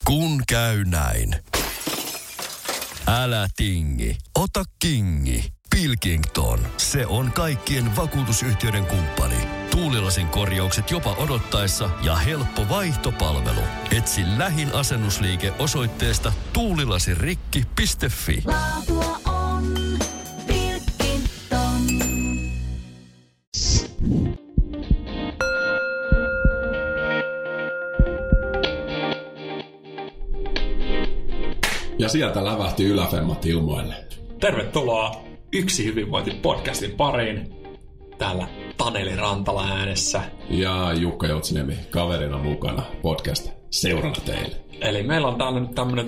Kun käy näin. Älä tingi, ota kingi. Pilkington, se on kaikkien vakuutusyhtiöiden kumppani. Tuulilasin korjaukset jopa odottaessa ja helppo vaihtopalvelu. Etsi lähin asennusliike osoitteesta tuulilasirikki.fi. Laatua on Pilkington. Ja sieltä lävähti Yläfemmat ilmoille. Tervetuloa Yksi hyvinvointi-podcastin pariin. Täällä Taneli Rantala äänessä. Ja Jukka Joutsiniemi kaverina mukana podcast seurana teille. Eli meillä on täällä nyt tämmönen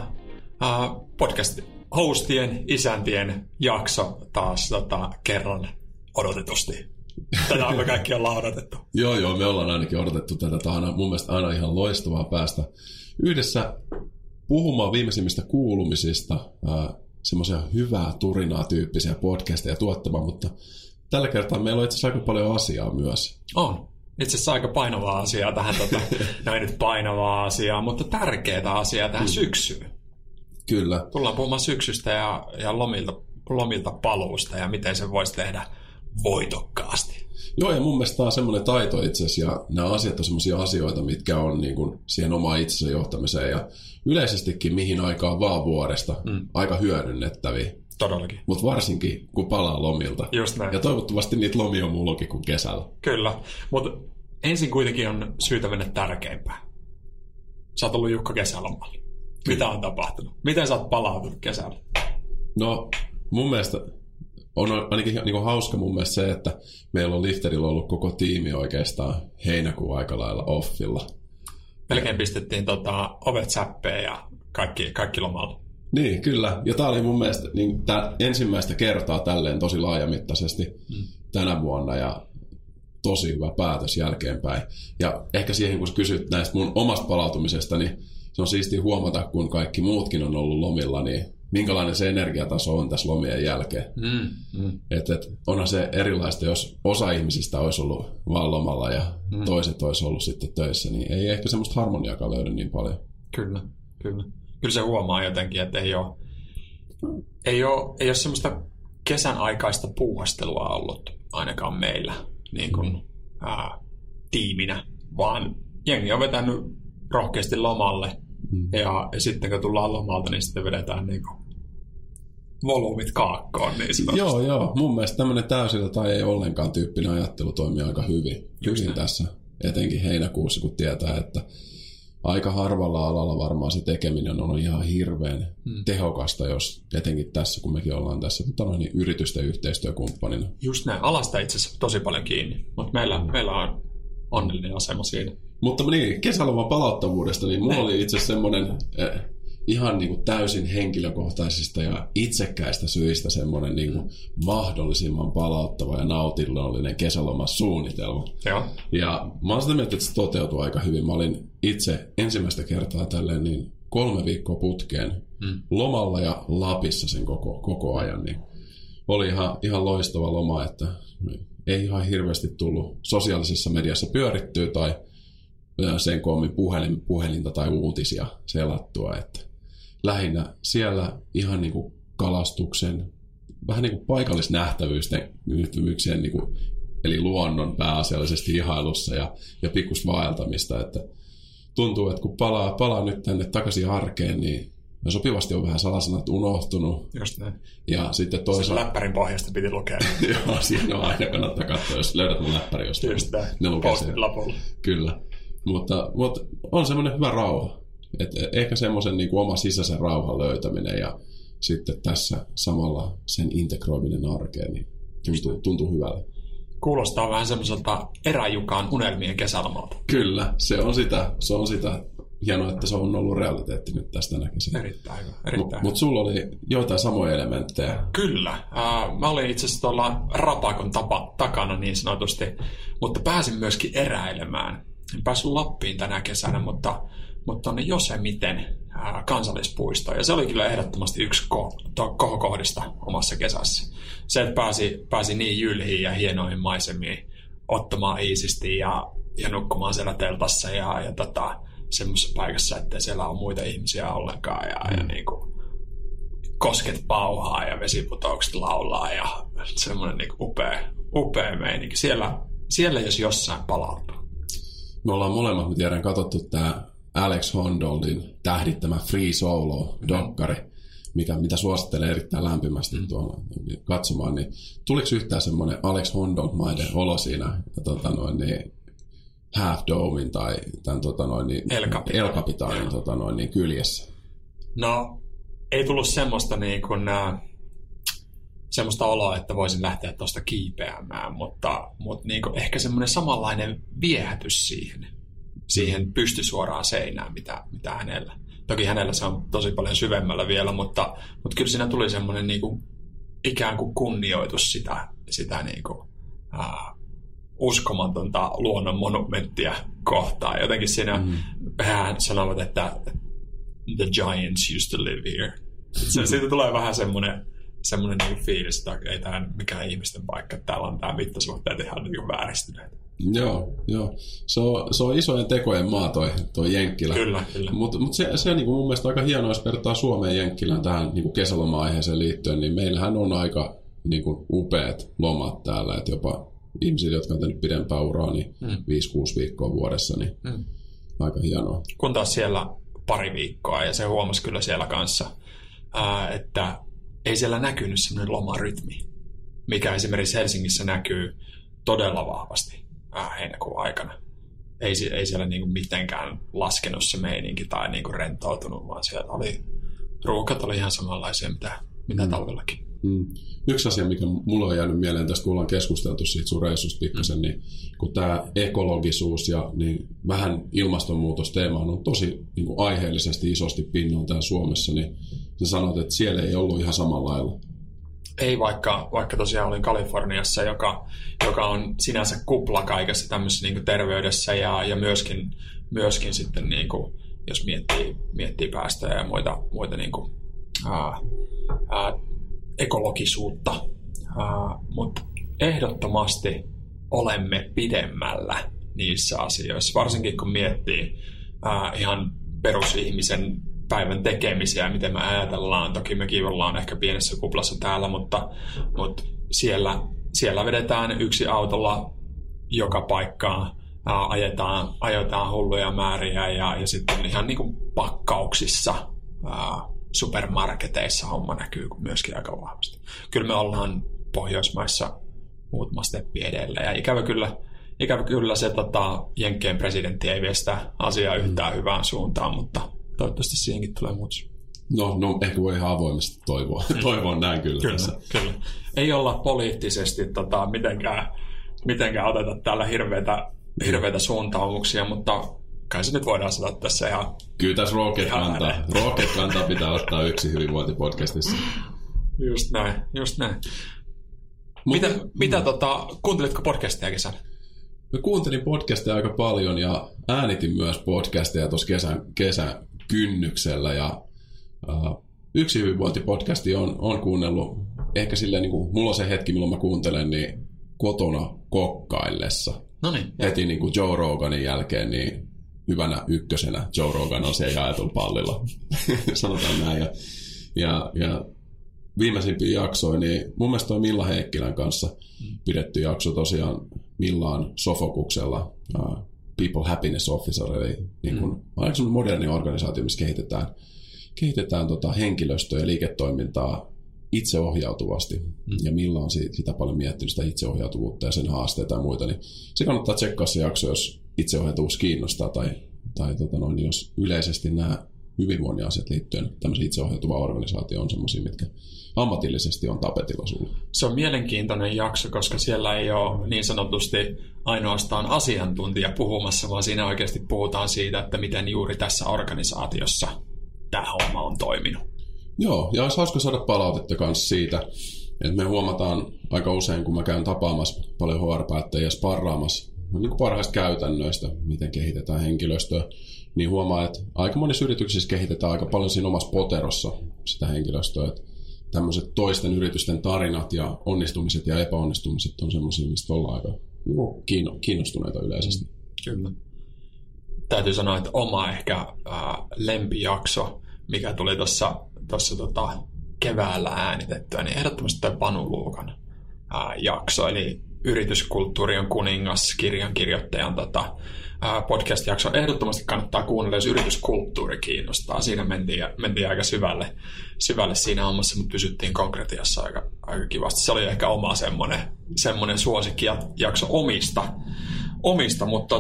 podcast-hostien, isäntien jakso taas kerran odotetusti. Tätä me kaikki ollaan odotettu. Joo, me ollaan ainakin odotettu tätä. Tämä on mun mielestä aina ihan loistavaa päästä yhdessä puhumaan viimeisimmistä kuulumisista, semmoisia hyvää turinaa tyyppisiä podcasteja tuottamaan, mutta tällä kertaa meillä on itse asiassa aika paljon asiaa myös. On. Itse asiassa aika painavaa asiaa tähän, näin nyt painavaa asiaa, mutta tärkeää asiaa tähän syksyyn. Kyllä. Tullaan puhumaan syksystä ja lomilta paluusta ja miten se voisi tehdä voitokkaasti. Joo, ja mun mielestä tämä on semmoinen taito itse asiassa, ja nämä asiat on semmoisia asioita, mitkä on niin kuin siihen omaan itsensä johtamiseen, ja yleisestikin mihin aikaan vaan vuodesta aika hyödynnettäviä. Todellakin. Mutta varsinkin, kun palaa lomilta. Just näin. Ja toivottavasti niitä lomia on mullakin kuin kesällä. Kyllä, mutta ensin kuitenkin on syytä mennä tärkeimpään. Sä oot ollut Jukka kesälomalla. Mitä on tapahtunut? Miten sä oot palautunut kesällä? No, mun mielestä on ainakin niin kuin hauska mun mielestä se, että meillä on Lifterillä ollut koko tiimi oikeastaan heinäkuun aika lailla offilla. Melkein pistettiin ovet säppeen ja kaikki lomalla. Niin, kyllä. Ja tää oli mun mielestä niin tää ensimmäistä kertaa tälleen tosi laajamittaisesti tänä vuonna ja tosi hyvä päätös jälkeenpäin. Ja ehkä siihen, kun sä kysyt näistä mun omasta palautumisesta, niin se on siistiä huomata, kun kaikki muutkin on ollut lomilla, niin minkälainen se energiataso on tässä lomien jälkeen. Että onhan se erilaista, jos osa ihmisistä olisi ollut vaan lomalla ja toiset olisi ollut sitten töissä, niin ei ehkä semmoista harmoniaakaan löydy niin paljon. Kyllä. Kyllä se huomaa jotenkin, että ei ole semmoista kesän aikaista puuhastelua ollut ainakaan meillä niin kuin, tiiminä, vaan jengi on vetänyt rohkeasti lomalle ja sitten kun tullaan lomalta, niin sitten vedetään niin kuin volyymit kaakkoon. Niin joo. Mun mielestä tämmöinen täysillä tai ei ollenkaan tyyppinen ajattelu toimii aika hyvin tässä, etenkin heinäkuussa, kun tietää, että aika harvalla alalla varmaan se tekeminen on ihan hirveän tehokasta, jos etenkin tässä, kun mekin ollaan tässä niin yritysten yhteistyökumppanina. Just näin. Alasta itse asiassa tosi paljon kiinni, mutta meillä on onnellinen asema siinä. Mutta niin, kesäloman palauttavuudesta, niin mulla oli itse asiassa semmoinen ihan niin kuin täysin henkilökohtaisista ja itsekkäistä syistä semmoinen niin kuin mahdollisimman palauttava ja nautinnollinen kesäloman suunnitelma. Joo. Ja mä oon sitä mieltä, että se toteutui aika hyvin. Mä olin itse ensimmäistä kertaa tälleen niin 3 viikkoa putkeen lomalla ja Lapissa sen koko ajan. Niin oli ihan loistava loma, että ei ihan hirveästi tullut sosiaalisessa mediassa pyörittyä tai sen koommin puhelinta tai uutisia selattua, että lähinnä siellä ihan niin kuin kalastuksen, vähän niin kuin paikallisnähtävyyksien niin kuin, eli luonnon pääasiallisesti ihailussa ja pikkusta vaeltamista, että tuntuu, että kun palaa nyt tänne takaisin arkeen, niin sopivasti on vähän salasanat unohtunut. Just näin. Ja sitten toisaalta läppärin pohjasta piti lukea. Joo, siinä on aina kannattaa katsoa, jos löydät mun läppäri jostain. Just näin. Ne lukee sen. Lapulla. Kyllä. Mutta on semmoinen hyvä rauha. Että ehkä semmoisen niin kuin oma sisäisen rauhan löytäminen ja sitten tässä samalla sen integroiminen arkeen, niin tuntuu hyvältä. Kuulostaa vähän semmoiselta eräjukaan unelmien kesälomalta. Kyllä, se on sitä. Hienoa, että se on ollut realiteetti nyt tästä näköisenä. Erittäin hyvä. Mutta sulla oli joitain samoja elementtejä. Kyllä. Mä olin itse asiassa tuolla rapakon takana niin sanotusti, mutta pääsin myöskin eräilemään. En päässyt Lappiin tänä kesänä, mutta tuonne Josemiten kansallispuistoon. Ja se oli kyllä ehdottomasti yksi kohokohdista omassa kesässä. Se, että pääsi niin jylhiin ja hienoihin maisemiin ottamaan iisisti ja nukkumaan siellä teltassa ja semmoisessa paikassa, että siellä on muita ihmisiä ollenkaan ja niin kuin kosket pauhaa ja vesiputoukset laulaa ja semmoinen niin kuin upea meininki. Siellä jos jossain palautuu. Me ollaan molemmat, mä tiedän, katsottu tää Alex Honnoldin tähdittämä Free Solo-dokkari, mitä suosittelen erittäin lämpimästi tuolla katsomaan, niin tuliko yhtään semmoinen Alex Honnold-maiden olo siinä Half Domein tai tämän El Capitanin kyljessä? No, ei tullut semmoista semmoista oloa, että voisin lähteä tuosta kiipeämään, mutta niin kuin ehkä semmoinen samanlainen viehätys siihen pystysuoraan seinään, mitä hänellä. Toki hänellä se on tosi paljon syvemmällä vielä, mutta kyllä siinä tuli semmoinen niin kuin, ikään kuin kunnioitus sitä niin kuin, uskomatonta luonnon monumenttia kohtaan. Jotenkin siinä hän sanovat, että the giants used to live here. Siitä tulee vähän semmoinen niin fiilis, että ei tämä mikään ihmisten paikka, että täällä on tämä mittasuhteet ihan niin vääristyneet. Joo. Se on isojen tekojen maa toi Jenkkilä. Kyllä. Mutta se on niin mun mielestä aika hienoa, jos vertaa Suomeen Jenkkilään tähän niin kesäloma-aiheeseen liittyen, niin meillähän on aika niin upeat lomat täällä, että jopa ihmisille, jotka on tehnyt pidempää uraa, niin 5-6 viikkoa vuodessa, niin aika hienoa. Kun taas siellä pari viikkoa, ja se huomasi kyllä siellä kanssa, että ei siellä näkynyt semmoinen lomarytmi, mikä esimerkiksi Helsingissä näkyy todella vahvasti heinäkuun aikana. Ei siellä niinku mitenkään laskenut se meininki tai niinku rentoutunut, vaan siellä ruuhkat oli ihan samanlaisia, mitä talvellakin. Yksi asia, mikä mulla on jäänyt mieleen tästä, kun ollaan keskusteltu siitä sun reissusta pikkasen, niin kun tämä ekologisuus ja niin vähän ilmastonmuutosteema on tosi niin kuin aiheellisesti isosti pinnalla täällä Suomessa, niin sä sanot, että siellä ei ollut ihan samalla lailla. Ei, vaikka tosiaan olin Kaliforniassa, joka on sinänsä kupla kaikessa tämmöisessä niin kuin terveydessä ja myöskin sitten, niin kuin, jos miettii päästöjä ja muita niin kuin, ekologisuutta, mutta ehdottomasti olemme pidemmällä niissä asioissa, varsinkin kun miettii ihan perusihmisen päivän tekemisiä, miten me ajatellaan. Toki mekin ollaan ehkä pienessä kuplassa täällä, mutta siellä vedetään yksi autolla joka paikkaan, ajetaan hulluja määriä ja sitten ihan niin kuin pakkauksissa supermarketeissa homma näkyy myöskin aika vahvasti. Kyllä me ollaan Pohjoismaissa muutama steppi edellä ja ikävä kyllä se Jenkkien presidentti ei vie sitä asiaa yhtään hyvään suuntaan, mutta toivottavasti siihenkin tulee muutos. No ehkä voi ihan avoimesti toivoa näin kyllä tässä. Kyllä. Ei olla poliittisesti mitenkään oteta täällä hirveitä suuntaumuksia, näin. Kai se nyt voidaan sanoa tässä ihan... Kyllä tässä Rocket kantaa pitää ottaa yksi hyvinvointipodcastissa. Just näin. Kuuntelitko podcasteja kesänä? Mä kuuntelin podcasteja aika paljon ja äänitin myös podcasteja tuossa kesän kynnyksellä. Ja, yksi hyvinvointipodcasti on kuunnellut, ehkä silleen, niin kuin mulla on se hetki, milloin mä kuuntelen, niin kotona kokkaillessa. Noniin. Heti niin kuin Joe Roganin jälkeen, niin hyvänä ykkösenä Joe Rogan on siellä jaetulla pallilla. Sanotaan näin. Ja viimeisimpiä jaksoja, niin mun mielestä toi Milla Heikkilän kanssa pidetty jakso tosiaan Millaan Sofokuksella, People Happiness Officer, eli niin kuin, aika moderni organisaatio, missä kehitetään henkilöstöä ja liiketoimintaa itseohjautuvasti. Ja Milla on sitä paljon miettinyt, sitä itseohjautuvuutta ja sen haasteita ja muita, niin se kannattaa tsekkaa se jakso, jos itseohjautuvuus kiinnostaa tai jos yleisesti nämä hyvinvoinnin asiat liittyen tämmöisen itseohjautuva organisaatio on semmoisia, mitkä ammatillisesti on tapetilla sulle. Se on mielenkiintoinen jakso, koska siellä ei ole niin sanotusti ainoastaan asiantuntija puhumassa, vaan siinä oikeasti puhutaan siitä, että miten juuri tässä organisaatiossa tämä homma on toiminut. Joo, ja olisi hauska saada palautetta kanssa siitä, että me huomataan aika usein, kun mä käyn tapaamassa paljon HR-päättäjiä sparraamassa niin kuin parhaista käytännöistä, miten kehitetään henkilöstöä, niin huomaa, että aika monissa yrityksissä kehitetään aika paljon siinä omassa poterossa sitä henkilöstöä. Että tämmöiset toisten yritysten tarinat ja onnistumiset ja epäonnistumiset on semmoisia, mistä ollaan aika kiinnostuneita yleisesti. Kyllä. täytyy sanoa, että oma ehkä lempijakso, mikä tuli tuossa keväällä äänitettyä, niin ehdottomasti tuo Panu Luukan jakso, eli Yrityskulttuuri on kuningas -kirjan kirjoittajan podcast-jakso. Ehdottomasti kannattaa kuunnella, jos yrityskulttuuri kiinnostaa. Siinä mentiin aika syvälle siinä hommassa, mutta pysyttiin konkretiassa aika kivasti. Se oli ehkä oma semmoinen suosikkijakso omista, mutta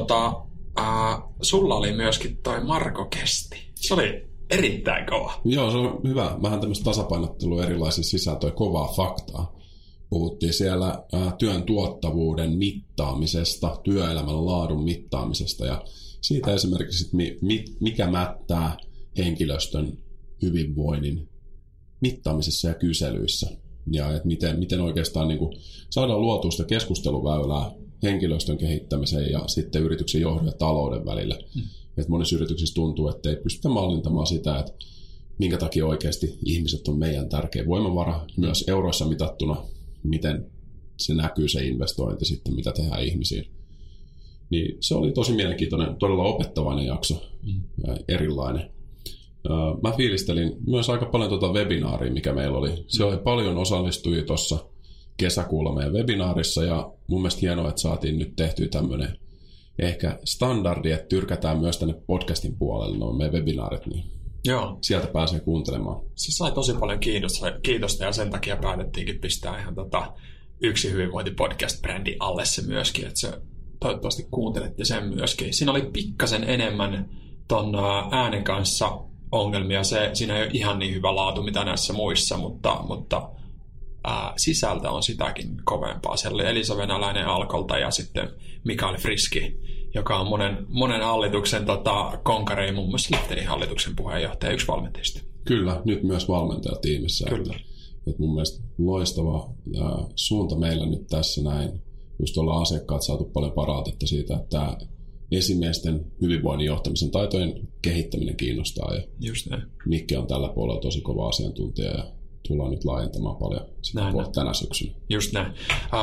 sulla oli myöskin toi Marko Kesti. Se oli erittäin kova. Joo, se on hyvä. Vähän tämmöistä tasapainottelua erilaisissa sisältöjä, kovaa faktaa. Puhuttiin siellä työn tuottavuuden mittaamisesta, työelämän laadun mittaamisesta ja siitä esimerkiksi, mikä mättää henkilöstön hyvinvoinnin mittaamisessa ja kyselyissä. Ja että miten oikeastaan niin kuin saadaan luotua sitä keskusteluväylää henkilöstön kehittämisen ja sitten yrityksen johdon ja talouden välillä. Että monissa yrityksissä tuntuu, että ei pystytä mallintamaan sitä, että minkä takia oikeasti ihmiset on meidän tärkeä voimavara, myös euroissa mitattuna, miten se näkyy se investointi sitten, mitä tehdään ihmisiin. Niin se oli tosi mielenkiintoinen, todella opettavainen jakso ja erilainen. Mä fiilistelin myös aika paljon webinaaria, mikä meillä oli. Se oli paljon osallistujia tuossa kesäkuulla meidän webinaarissa ja mun mielestä hienoa, että saatiin nyt tehtyä tämmöinen ehkä standardi, että tyrkätään myös tänne podcastin puolelle nuo meidän webinaarit, niin joo. Sieltä pääsee kuuntelemaan. Se sai tosi paljon kiitosta ja sen takia päätettiinkin pistää ihan Yksi hyvinvointi-podcast-brändi alle se myöskin, että se toivottavasti kuuntelette sen myöskin. Siinä oli pikkasen enemmän ton äänen kanssa ongelmia. Siinä ei ole ihan niin hyvä laatu mitä näissä muissa, mutta sisältö on sitäkin kovempaa. Siellä oli Elisa Venäläinen Alkolta ja sitten Mikael Friski, joka on monen hallituksen konkarei, muun muassa Liftenin hallituksen puheenjohtaja, yksi valmentajista. Kyllä, nyt myös valmentajatiimissä. Kyllä. Että mun mielestä loistava suunta meillä nyt tässä näin. Just ollaan asiakkaat saatu paljon palautetta siitä, että tämä esimiesten hyvinvoinnin johtamisen taitojen kehittäminen kiinnostaa. Ja just näin. Mikke on tällä puolella tosi kova asiantuntija ja tullaan nyt laajentamaan paljon sitä tänä syksynä. Just näin.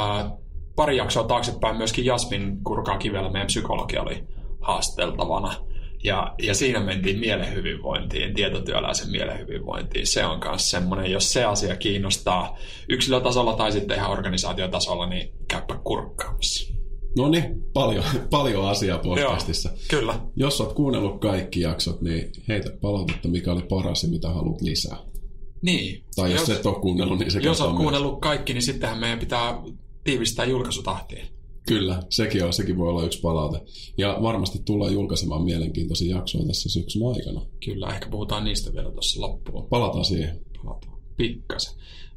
Pari jaksoa taaksepäin myöskin Jasmin Kurkaa-Kivelä, meidän psykologi, oli haasteltavana. Ja siinä mentiin mielen hyvinvointiin, tietotyöläisen mielen hyvinvointiin. Se on myös semmoinen, jos se asia kiinnostaa yksilötasolla tai sitten ihan organisaatiotasolla, niin käypä kurkkaamassa. No niin, paljon asiaa podcastissa. Joo, kyllä. Jos olet kuunnellut kaikki jaksot, niin heitä palautetta, mikä oli paras ja mitä haluat lisää. Niin. Tai jos et ole kuunnellut, niin se jos olet kuunnellut kaikki, niin sittenhän meidän pitää tiivistää julkaisutahtiin. Kyllä, sekin voi olla yksi palaute. Ja varmasti tullaan julkaisemaan mielenkiintoisia jaksoja tässä syksyn aikana. Kyllä, ehkä puhutaan niistä vielä tuossa loppuun. Palataan siihen. Pikkasen.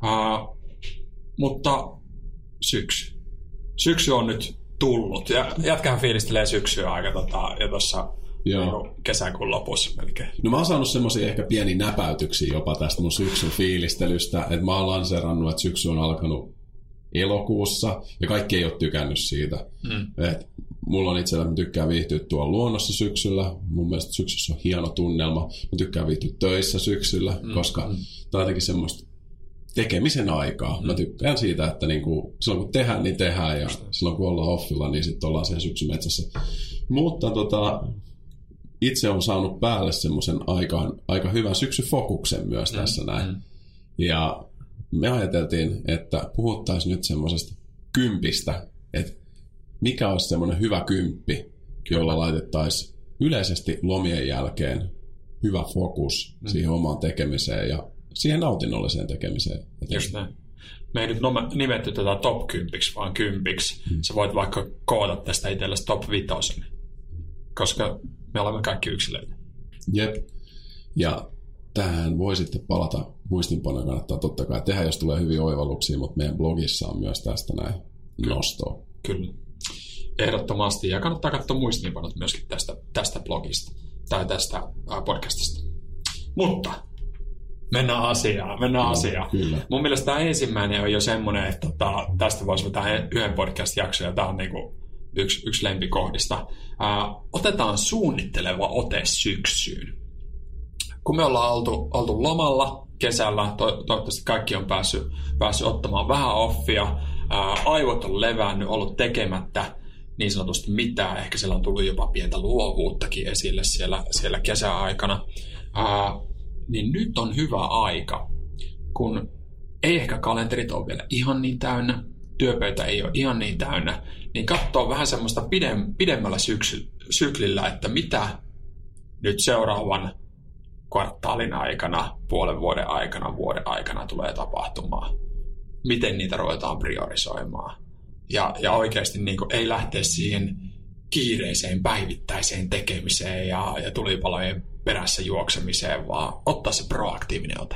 Mutta syksy on nyt tullut. Ja jätkähän fiilistelee syksyä aika jo tuossa kesäkuun lopussa melkein. No mä oon saanut semmosia ehkä pieniä näpäytyksiä jopa tästä mun syksyn fiilistelystä. Että mä oon lanseerannut, että syksy on alkanut elokuussa, ja kaikki ei ole tykännyt siitä. Mulla on itsellä, mä tykkään viihtyä tuolla luonnossa syksyllä. Mun mielestä syksyssä on hieno tunnelma. Mä tykkään viihtyä töissä syksyllä, koska tää on jotenkin semmoista tekemisen aikaa. Mä tykkään siitä, että niinku, silloin kun tehdään, niin tehdään, ja silloin kun ollaan offilla, niin sitten ollaan siellä syksymetsässä. Mutta itse on saanut päälle semmoisen aika hyvän syksyfokuksen myös tässä näin. Ja me ajateltiin, että puhuttaisiin nyt semmoisesta kympistä, että mikä olisi semmoinen hyvä kymppi, jolla laitettaisiin yleisesti lomien jälkeen hyvä fokus siihen omaan tekemiseen ja siihen nautinnolliseen tekemiseen. Just näin. Me ei nyt nimetty tätä top 10, vaan 10. Sä voit vaikka koota tästä itsellesi top 5, koska me olemme kaikki yksilöitä. Jep. Ja tähän voi sitten palata. Muistinpanoja kannattaa totta kai tehdä, jos tulee hyviä oivalluksia, mutta meidän blogissa on myös tästä näin nostoa. Kyllä. Ehdottomasti. Ja kannattaa katsoa muistinpanot myöskin tästä blogista tai tästä podcastista. Mutta mennään asiaan. Kyllä. Mun mielestä tämä ensimmäinen on jo semmoinen, että tästä voisi vetää yhden podcast-jakson, ja tämä on niinku yksi lempikohdista. Otetaan suunnitteleva ote syksyyn. Kun me ollaan oltu lomalla kesällä, toivottavasti kaikki on päässyt ottamaan vähän offia, aivot on levännyt, ollut tekemättä, niin sanotusti mitään. Ehkä siellä on tullut jopa pientä luovuuttakin esille siellä kesäaikana. Niin nyt on hyvä aika, kun ei ehkä kalenterit ole vielä ihan niin täynnä, työpöytä ei ole ihan niin täynnä, niin katsoo vähän semmoista pidemmällä syklillä, että mitä nyt seuraavan kvartaalin aikana, puolen vuoden aikana tulee tapahtumaan. Miten niitä ruvetaan priorisoimaan. Ja oikeasti niin kuin ei lähteä siihen kiireiseen päivittäiseen tekemiseen ja tulipalojen perässä juoksemiseen, vaan ottaa se proaktiivinen ote.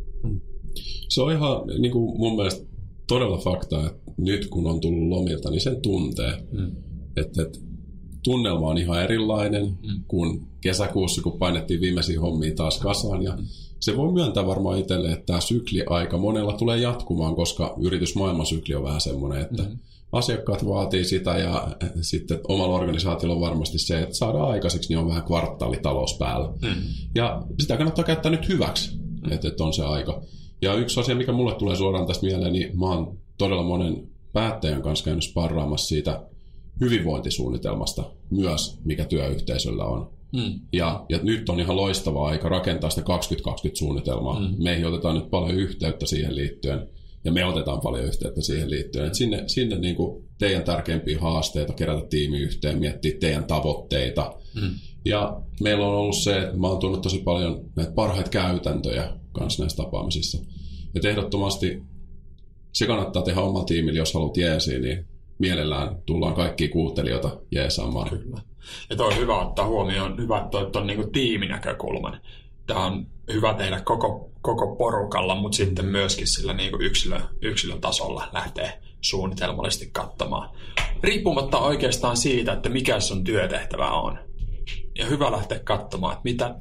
Se on ihan niin kuin mun mielestä todella fakta, että nyt kun on tullut lomilta, niin sen tuntee. Että tunnelma on ihan erilainen kuin kesäkuussa, kun painettiin viimeisiä hommia taas kasaan. Ja se voi myöntää varmaan itselle, että tämä sykliaika monella tulee jatkumaan, koska yritysmaailman sykli on vähän semmoinen, että asiakkaat vaatii sitä ja sitten omalla organisaatiolla on varmasti se, että saadaan aikaiseksi, niin on vähän kvartaalitalous päällä. Ja sitä kannattaa käyttää nyt hyväksi, että on se aika. Ja yksi asia, mikä mulle tulee suoraan tästä mieleen, niin mä oon todella monen päättäjän kanssa käynyt sparraamassa siitä hyvinvointisuunnitelmasta myös, mikä työyhteisöllä on. Ja nyt on ihan loistava aika rakentaa sitä 2020-suunnitelmaa. Meihin otetaan nyt paljon yhteyttä siihen liittyen, ja me otetaan paljon yhteyttä siihen liittyen. Et sinne niin kuin teidän tärkeimpiä haasteita, kerätä tiimi yhteen, miettiä teidän tavoitteita. Ja meillä on ollut se, että mä oon tuonut tosi paljon näitä parhaita käytäntöjä kanssa näissä tapaamisissa. Et ehdottomasti se kannattaa tehdä omalla tiimillä, jos haluat jeesiä, niin mielellään tullaan kaikkia kuuntelijoita jeesaamaan. Kyllä. Ja toi on hyvä ottaa huomioon, hyvä, että toi on niin kuin tiiminäkökulman. Tämä on hyvä tehdä koko porukalla, mutta sitten myöskin sillä niin kuin yksilötasolla lähtee suunnitelmallisesti katsomaan. Riippumatta oikeastaan siitä, että mikä sun työtehtävä on. Ja hyvä lähteä katsomaan, että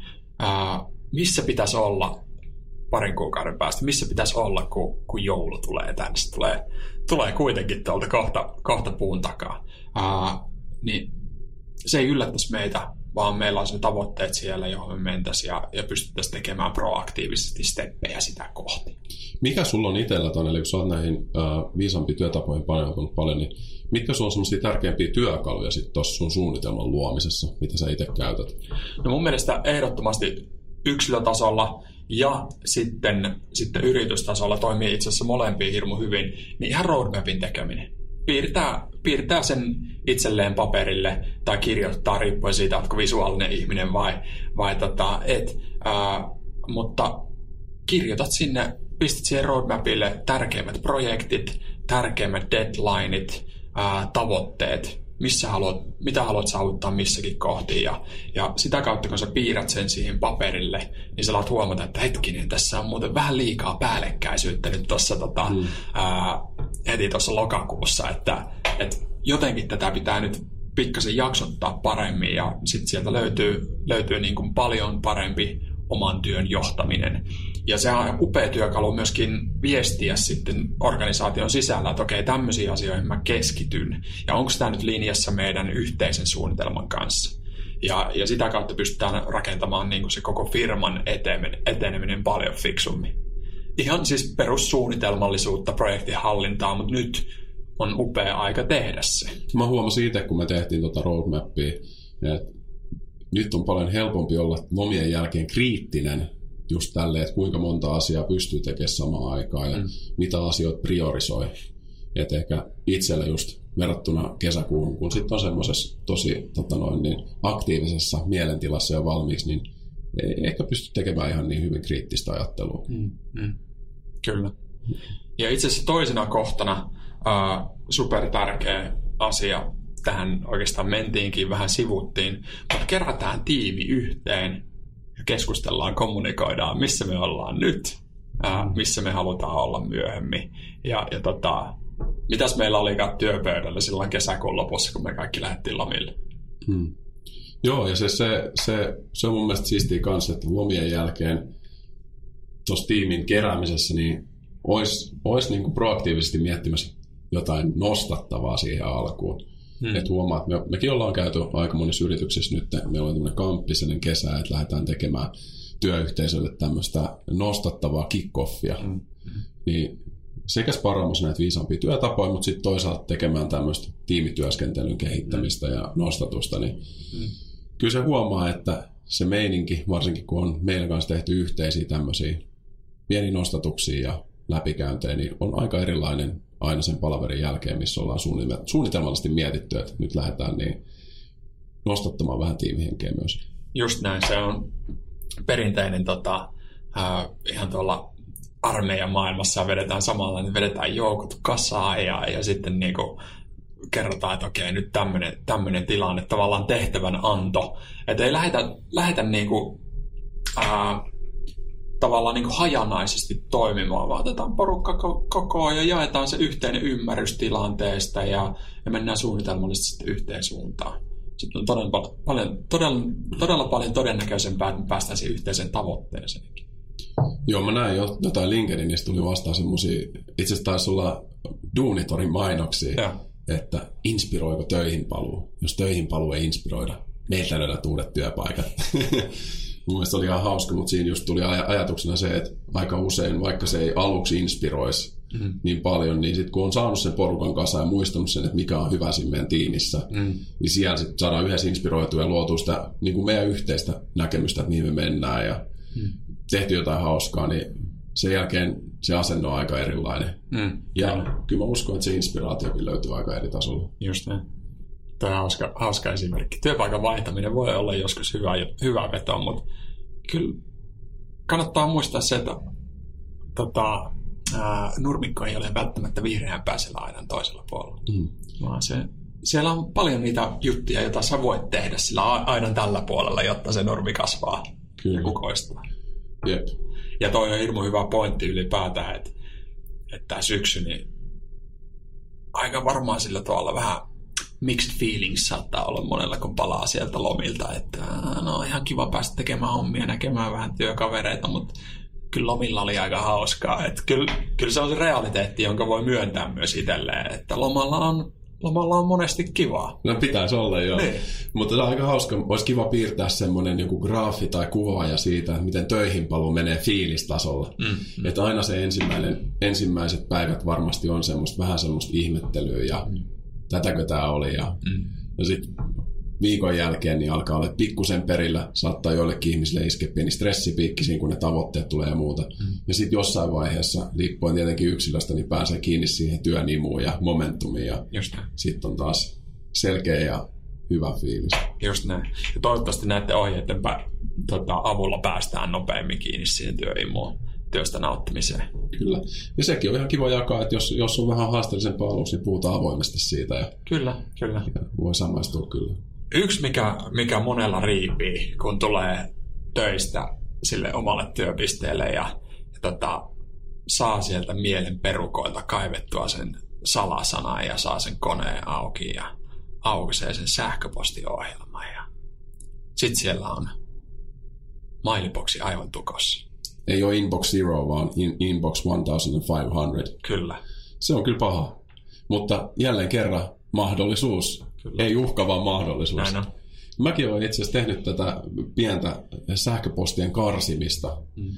missä pitäisi olla parin kuukauden päästä, missä pitäisi olla, kun joulu tulee tänne. Se tulee kuitenkin tuolta kohta puun takaa. Niin se ei yllättäisi meitä, vaan meillä on ne tavoitteet siellä, johon me mentäisiin ja pystyttäisiin tekemään proaktiivisesti steppejä sitä kohti. Mikä sulla on itsellä tuonne, eli kun sä oot näihin viisaampiin työtapoihin paneutunut paljon, niin mitkä sulla on sellaisia tärkeimpiä työkaluja sitten tuossa sun suunnitelman luomisessa, mitä sä itse käytät? No mun mielestä ehdottomasti yksilötasolla ja sitten yritystasolla toimii itse asiassa molempia hirmu hyvin, niin ihan roadmapin tekeminen. Piirtää sen itselleen paperille tai kirjoittaa riippuen siitä, oletko visuaalinen ihminen vai mutta kirjoitat sinne, pistät siihen roadmapille tärkeimmät projektit, tärkeimmät deadlineit, tavoitteet, mitä haluat saavuttaa missäkin kohtiin. Ja sitä kautta, kun sä piirrät sen siihen paperille, niin sä alat huomata, että hetkinen, tässä on muuten vähän liikaa päällekkäisyyttä nyt tuossa heti tuossa lokakuussa, että jotenkin tätä pitää nyt pikkasen jaksottaa paremmin ja sitten sieltä löytyy niin kuin paljon parempi oman työn johtaminen. Ja se on upea työkalu myöskin viestiä sitten organisaation sisällä, että okei, tämmöisiin asioihin mä keskityn. Ja onko tämä nyt linjassa meidän yhteisen suunnitelman kanssa? Ja sitä kautta pystytään rakentamaan niin kuin se koko firman eteneminen paljon fiksummin. Ihan siis perussuunnitelmallisuutta, projektihallintaa, mutta nyt on upea aika tehdä se. Mä huomasin itse, kun me tehtiin roadmapia, että nyt on paljon helpompi olla lomien jälkeen kriittinen just tälleen, että kuinka monta asiaa pystyy tekemään samaan aikaan ja mitä asioita priorisoi. Että ehkä itsellä just verrattuna kesäkuuhun, kun sitten on semmoisessa tosi aktiivisessa mielentilassa jo valmiiksi, niin ei ehkä pysty tekemään ihan niin hyvin kriittistä ajattelua. Kyllä. Ja itse asiassa toisena kohtana super tärkeä asia, tähän oikeastaan mentiinkin, vähän sivuttiin, mutta kerätään tiimi yhteen ja keskustellaan, kommunikoidaan, missä me ollaan nyt, missä me halutaan olla myöhemmin. Ja mitäs meillä olikaan työpöydällä silloin kesäkuun lopussa, kun me kaikki lähdettiin lomille. Joo, ja se on mun mielestä siistiä kanssa, että lomien jälkeen tuossa tiimin keräämisessä niin olisi niin kuin proaktiivisesti miettimässä jotain nostattavaa siihen alkuun. Että huomaa, että mekin ollaan käyty aika monissa yrityksissä nyt. Meillä on tämmöinen kamppisenen kesä, että lähdetään tekemään työyhteisölle tämmöistä nostattavaa kick-offia. Niin sekä sparraamassa näitä viisaampia työtapoja, mutta sitten toisaalta tekemään tämmöistä tiimityöskentelyn kehittämistä ja nostatusta, niin kyllä se huomaa, että se meininki, varsinkin kun on meidän kanssa tehty yhteisiä tämmöisiä pieniä nostatuksia ja läpikäyntejä, niin on aika erilainen aina sen palaverin jälkeen, missä ollaan suunnitelmallisesti mietitty, että nyt lähdetään niin nostattamaan vähän tiimihenkeä myös. Just näin, se on perinteinen ihan tuolla armeijan maailmassa vedetään samalla, niin vedetään joukot kasaan ja sitten niinku kerrotaan, että okei, nyt tämmöinen tilanne, tavallaan tehtävän anto. Että ei lähetä niinku, tavallaan niinku hajanaisesti toimimaan, vaan otetaan porukka kokoon ja jaetaan se yhteinen ymmärrys tilanteesta ja mennään suunnitelmallisesti yhteen suuntaan. Sitten on todella paljon todennäköisempää, että me päästään siihen yhteiseen tavoitteeseenkin. Joo, mä näin jotain LinkedInistä tuli vastaan semmosia, itse asiassa taisi olla Duunitorin mainoksia, että inspiroiko töihin paluu. Jos töihin paluu ei inspiroida, meiltä löydät uudet työpaikat. Mun mielestä oli ihan hauska, mutta siinä just tuli ajatuksena se, että aika usein, vaikka se ei aluksi inspiroisi niin paljon, niin sitten kun on saanut sen porukan kanssa ja muistanut sen, että mikä on hyvä siinä meidän tiimissä, niin siellä sitten saadaan yhdessä inspiroitua ja luotua sitä niin kuin meidän yhteistä näkemystä, että mihin me mennään ja tehty jotain hauskaa, niin sen jälkeen se asenne on aika erilainen. Ja kyllä mä uskon, että se inspiraatiokin löytyy aika eri tasolla. Just näin. Tämä on hauska esimerkki. Työpaikan vaihtaminen voi olla joskus hyvä veto, mutta kyllä kannattaa muistaa se, että nurmikko ei ole välttämättä vihreämpää siellä aidan toisella puolella. Vaan siellä on paljon niitä juttuja, joita sä voit tehdä sillä aidan tällä puolella, jotta se nurmi kasvaa ja kukoistaa. Jep. Ja toi on hirmu hyvä pointti ylipäätään, että tämä syksy, niin aika varmaan sillä tavalla vähän mixed feelings saattaa olla monella, kun palaa sieltä lomilta, että no ihan kiva päästä tekemään hommia, näkemään vähän työkavereita, mutta kyllä lomilla oli aika hauskaa. Että kyllä se on se realiteetti, jonka voi myöntää myös itselleen, että lomalla on monesti kivaa. No pitäisi olla, joo. Niin. Mutta se on aika hauska. Olisi kiva piirtää semmoinen joku graafi tai kuvaaja siitä, että miten töihin paluu menee fiilistasolla. Että aina se ensimmäiset päivät varmasti on vähän semmoista ihmettelyä ja tätäkö tämä oli. Ja sitten viikon jälkeen niin alkaa olla pikkusen perillä. Saattaa joillekin ihmisille iskeä pieni stressipiikkisiin, kun ne tavoitteet tulee ja muuta. Ja sitten jossain vaiheessa, riippuen tietenkin yksilöstä, niin pääsee kiinni siihen työnimuun ja momentumiin. Ja sitten on taas selkeä ja hyvä fiilis. Just näin. Ja toivottavasti näiden ohjeiden avulla päästään nopeammin kiinni siihen työimuun, työstä nauttimiseen. Kyllä. Ja sekin on ihan kiva jakaa, että jos on vähän haasteellisempaa aluksi, niin puhutaan avoimesti siitä. Ja kyllä. Ja voi samaistua kyllä. Yksi, mikä monella riipii, kun tulee töistä sille omalle työpisteelle ja saa sieltä mielen perukoilta kaivettua sen salasanan ja saa sen koneen auki ja aukaisee sen sähköpostiohjelman. Ja sitten siellä on mailiboksi aivan tukossa. Ei ole inbox 0, vaan inbox 1500. Kyllä. Se on kyllä paha. Mutta jälleen kerran mahdollisuus. Kyllä. Ei uhka, vaan mahdollisuus. Näin on. Mäkin olen itse asiassa tehnyt tätä pientä sähköpostien karsimista.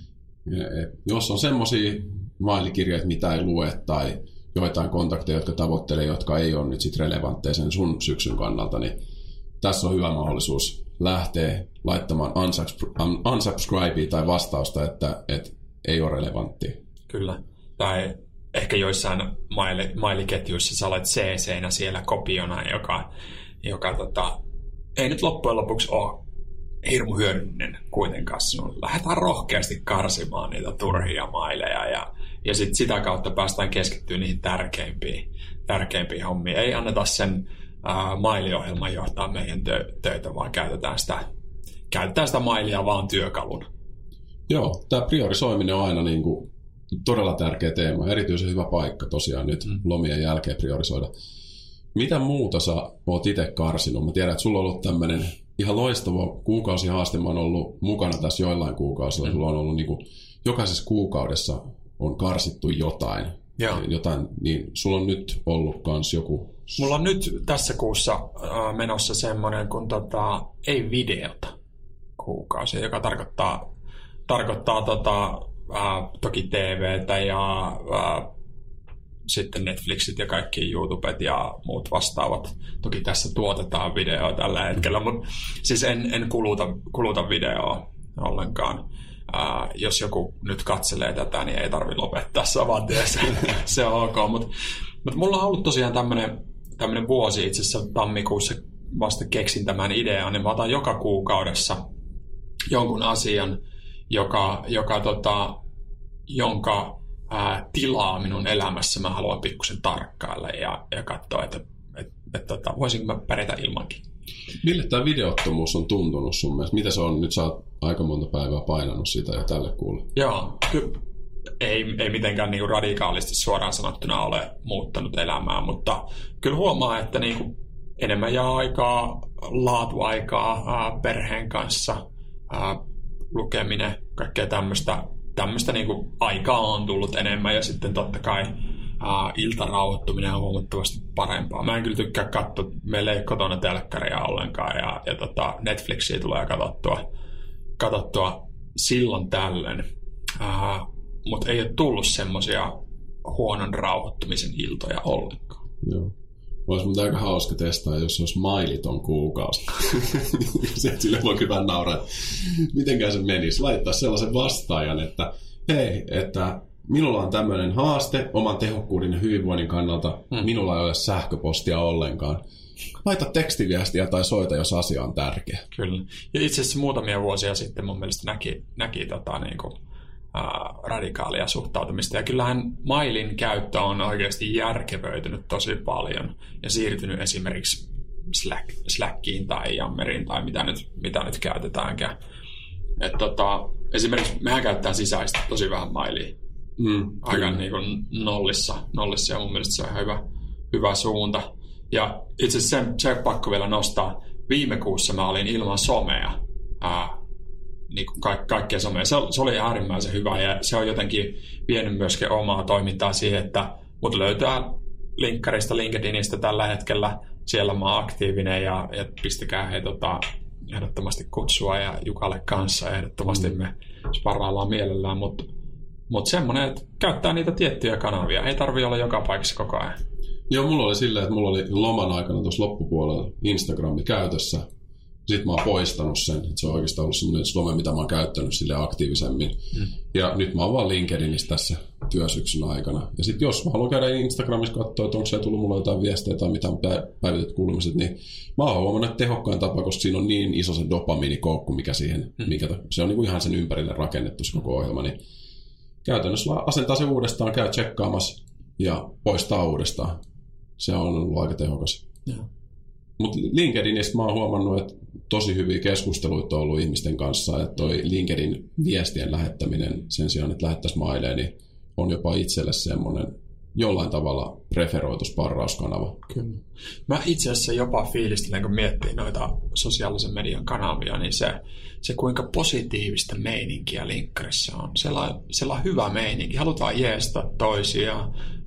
Jos on semmoisia mailikirjeitä, mitä ei lue, tai joitain kontakteja, jotka tavoittelee, jotka ei ole nyt sit relevantteja sen sun syksyn kannalta, niin tässä on hyvä mahdollisuus lähteä laittamaan unsubscribea tai vastausta, että ei ole relevanttia. Kyllä. Tai ehkä joissain mailiketjuissa sä olet CC-nä siellä kopiona, joka ei nyt loppujen lopuksi ole hirmu hyödyllinen kuitenkaan. Sinun lähdetään rohkeasti karsimaan niitä turhia maileja ja sit sitä kautta päästään keskittyä niihin tärkeimpiin hommiin. Ei anneta sen mailiohjelman johtaa meidän töitä, vaan käytetään sitä mailia vaan työkaluna. Joo, tämä priorisoiminen on aina niin kuin todella tärkeä teema. Erityisen hyvä paikka tosiaan nyt lomien jälkeen priorisoida. Mitä muuta sä oot itse karsinut? Mä tiedän, että sulla on ollut tämmöinen ihan loistava kuukausihaaste. Mä oon ollut mukana tässä joillain kuukausilla. Sulla on ollut niin kuin, jokaisessa kuukaudessa on karsittu jotain. Niin sulla on nyt ollut kans joku... Mulla on nyt tässä kuussa menossa semmoinen kuin ei videota kuukausi, joka tarkoittaa toki TV:tä ja sitten Netflixit ja kaikki YouTubet ja muut vastaavat. Toki tässä tuotetaan videoa tällä hetkellä, mutta siis en kuluta videoa ollenkaan. Jos joku nyt katselee tätä, niin ei tarvitse lopettaa saman tien. Se on ok. Mutta mulla on ollut tosiaan tämmöinen vuosi, itse asiassa tammikuussa vasta keksin tämän idean, niin mä otan joka kuukaudessa jonkun asian, jonka tilaa minun elämässä mä haluan pikkusen tarkkailla ja katsoa, että voisinko mä pärjätä ilmankin. Mille tämä videottomuus on tuntunut sun mielestä? Mitä se on? Nyt sä oot aika monta päivää painanut sitä ja tälle kuulle. Joo, ei mitenkään niinku radikaalisti suoraan sanottuna ole muuttanut elämää, mutta kyllä huomaa, että niinku enemmän jää aikaa, laatuaikaa perheen kanssa, lukeminen, kaikkea tämmöistä niinku aikaa on tullut enemmän ja sitten totta kai iltarauhoittuminen on huomattavasti parempaa. Mä en kyllä tykkää katsoa, meillä ei kotona telkkaria ollenkaan ja Netflixiä tulee katsottua silloin tällöin, mutta ei ole tullut semmoisia huonon rauhoittumisen iltoja ollenkaan. Joo. Olisi mutta aika hauska testaa, jos olisi mailiton kuukausi. Sille voi kyllä nauraa, että mitenkään se menisi. Laittaa sellaisen vastaajan, että hei, että minulla on tämmöinen haaste oman tehokkuuden ja hyvinvoinnin kannalta. Minulla ei ole sähköpostia ollenkaan. Laita tekstiviestiä tai soita, jos asia on tärkeä. Kyllä. Ja itse asiassa muutamia vuosia sitten mun mielestä näki radikaalia suhtautumista. Ja kyllähän mailin käyttö on oikeasti järkevöitynyt tosi paljon ja siirtynyt esimerkiksi Slackiin tai Yammeriin tai mitä nyt käytetäänkään. Esimerkiksi mehän käytetään sisäistä tosi vähän mailia. Aika niin kuin nollissa ja mun mielestä se on ihan hyvä suunta. Ja itse asiassa se on pakko vielä nostaa. Viime kuussa mä olin ilman somea. Niin kaikkea somea. Se oli äärimmäisen hyvä ja se on jotenkin vienyt myöskin omaa toimintaa siihen, että mut löytää linkkarista, LinkedInistä tällä hetkellä. Siellä mä oon aktiivinen ja pistäkää ehdottomasti kutsua ja Jukalle kanssa ehdottomasti me sparraillaan mielellään, mutta semmoinen, että käyttää niitä tiettyjä kanavia. Ei tarvitse olla joka paikassa koko ajan. Joo, mulla oli silleen, että mulla oli loman aikana tuossa loppupuolella Instagrami käytössä. Sitten mä oon poistanut sen. Se on oikeastaan ollut semmoinen some, mitä mä oon käyttänyt sille aktiivisemmin. Ja nyt mä oon vaan LinkedInissä tässä työsyksyn aikana. Ja sitten jos mä haluan käydä Instagramissa katsoa, että onko se tullut mulle jotain viestejä tai mitään päivitet kuulumiset, niin mä oon huomannut, että tehokkain tapa, koska siinä on niin iso se dopamiinikoukku, mikä siihen, se on niinku ihan sen ympärille rakennettu se koko ohjelma, niin käytännössä asentaa se uudestaan, käy tsekkaamassa ja poistaa uudestaan. Se on ollut aika tehokas. Mutta LinkedInistä mä oon huomannut, että tosi hyviä keskusteluita on ollut ihmisten kanssa, että toi LinkedIn viestien lähettäminen sen sijaan, että lähettäisiin maileen, niin on jopa itselle semmoinen jollain tavalla preferoitu sparrauskanava. Kyllä. Mä itse asiassa jopa fiilistelen, kun miettii noita sosiaalisen median kanavia, niin se kuinka positiivista meininkiä linkkarissa on. Siellä on hyvä meininki. Halutaan jeestaa toisia,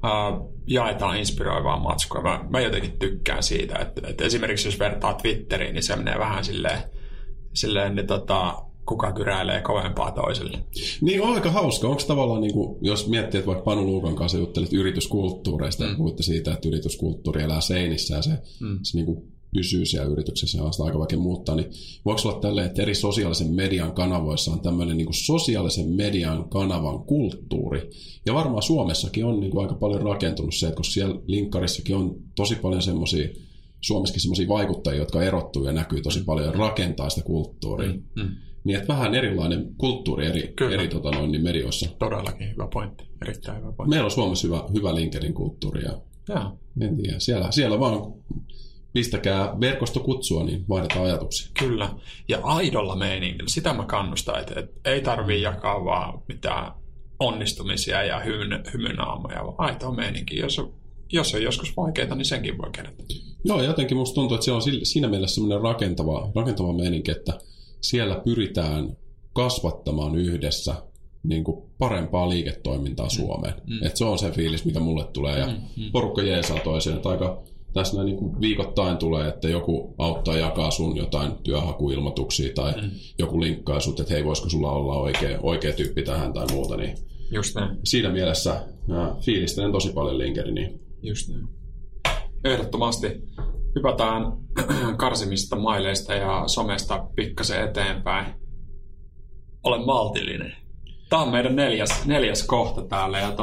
jaetaan inspiroivaa matskua. Mä jotenkin tykkään siitä, että esimerkiksi jos vertaa Twitteriin, niin se menee vähän silleen kuka kyräilee kovempaa toiselle. Niin on aika hauska. Onko tavallaan, niin kuin, jos miettii, että vaikka Panu Luukan kanssa juttelit yrityskulttuureista ja puhuitte siitä, että yrityskulttuuri elää seinissä ja se niin kuin pysyy siellä yrityksessä ja on sitä aika vaikea muuttaa, niin voiko olla tälleen, että eri sosiaalisen median kanavoissa on tämmöinen niin kuin sosiaalisen median kanavan kulttuuri. Ja varmaan Suomessakin on niin kuin aika paljon rakentunut se, että koska siellä linkkarissakin on tosi paljon Suomessakin semmoisia vaikuttajia, jotka erottuu ja näkyy tosi paljon ja rakentaa sitä kulttuuria. Niin, että vähän erilainen kulttuuri eri medioissa. Todellakin hyvä pointti. Erittäin hyvä pointti. Meillä on Suomessa hyvä LinkedIn-kulttuuri. Ja en tiedä. Siellä vaan pistäkää verkostokutsua, niin vaihdetaan ajatuksia. Kyllä. Ja aidolla meiningillä. Sitä mä kannustan, että ei tarvitse jakaa vaan mitään onnistumisia ja hymynaamoja, vaan aitoa meininkiä. Jos on joskus vaikeaa, niin senkin voi kerätä. Joo, jotenkin musta tuntuu, että se on siinä mielessä semmoinen rakentava meininki, että siellä pyritään kasvattamaan yhdessä niin kuin parempaa liiketoimintaa Suomeen. Että se on se fiilis, mikä mulle tulee. Ja porukka jeesaa toiseen. Aika tässä niin kuin viikoittain tulee, että joku auttaa jakaa sun jotain työhakuilmoituksia tai joku linkkaa sut, että hei, voisiko sulla olla oikea tyyppi tähän tai muuta. Niin just näin. Siinä mielessä fiilistelen tosi paljon LinkedIniin. Just niin. Ehdottomasti hypätään karsimista maileista ja somesta pikkasen eteenpäin. Olen maltillinen. Tämä on meidän neljäs kohta täällä. Ja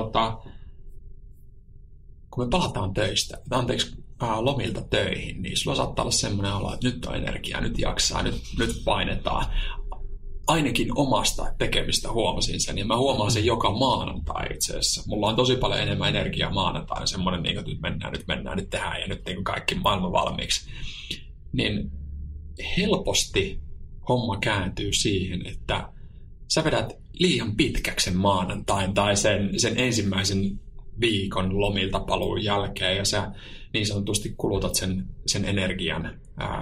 kun me palataan lomilta töihin, niin sulla saattaa olla semmoinen olo, että nyt on energiaa, nyt jaksaa, nyt painetaan. Ainakin omasta tekemistä huomasin sen, ja mä huomaan sen joka maanantai itse asiassa. Mulla on tosi paljon enemmän energiaa maanantaina, semmoinen, niin, että nyt mennään, nyt tehdään, ja nyt niin kaikki maailman valmiiksi. Niin helposti homma kääntyy siihen, että sä vedät liian pitkäksi sen maanantain tai sen ensimmäisen viikon lomilta paluun jälkeen, ja sä niin sanotusti kulutat sen energian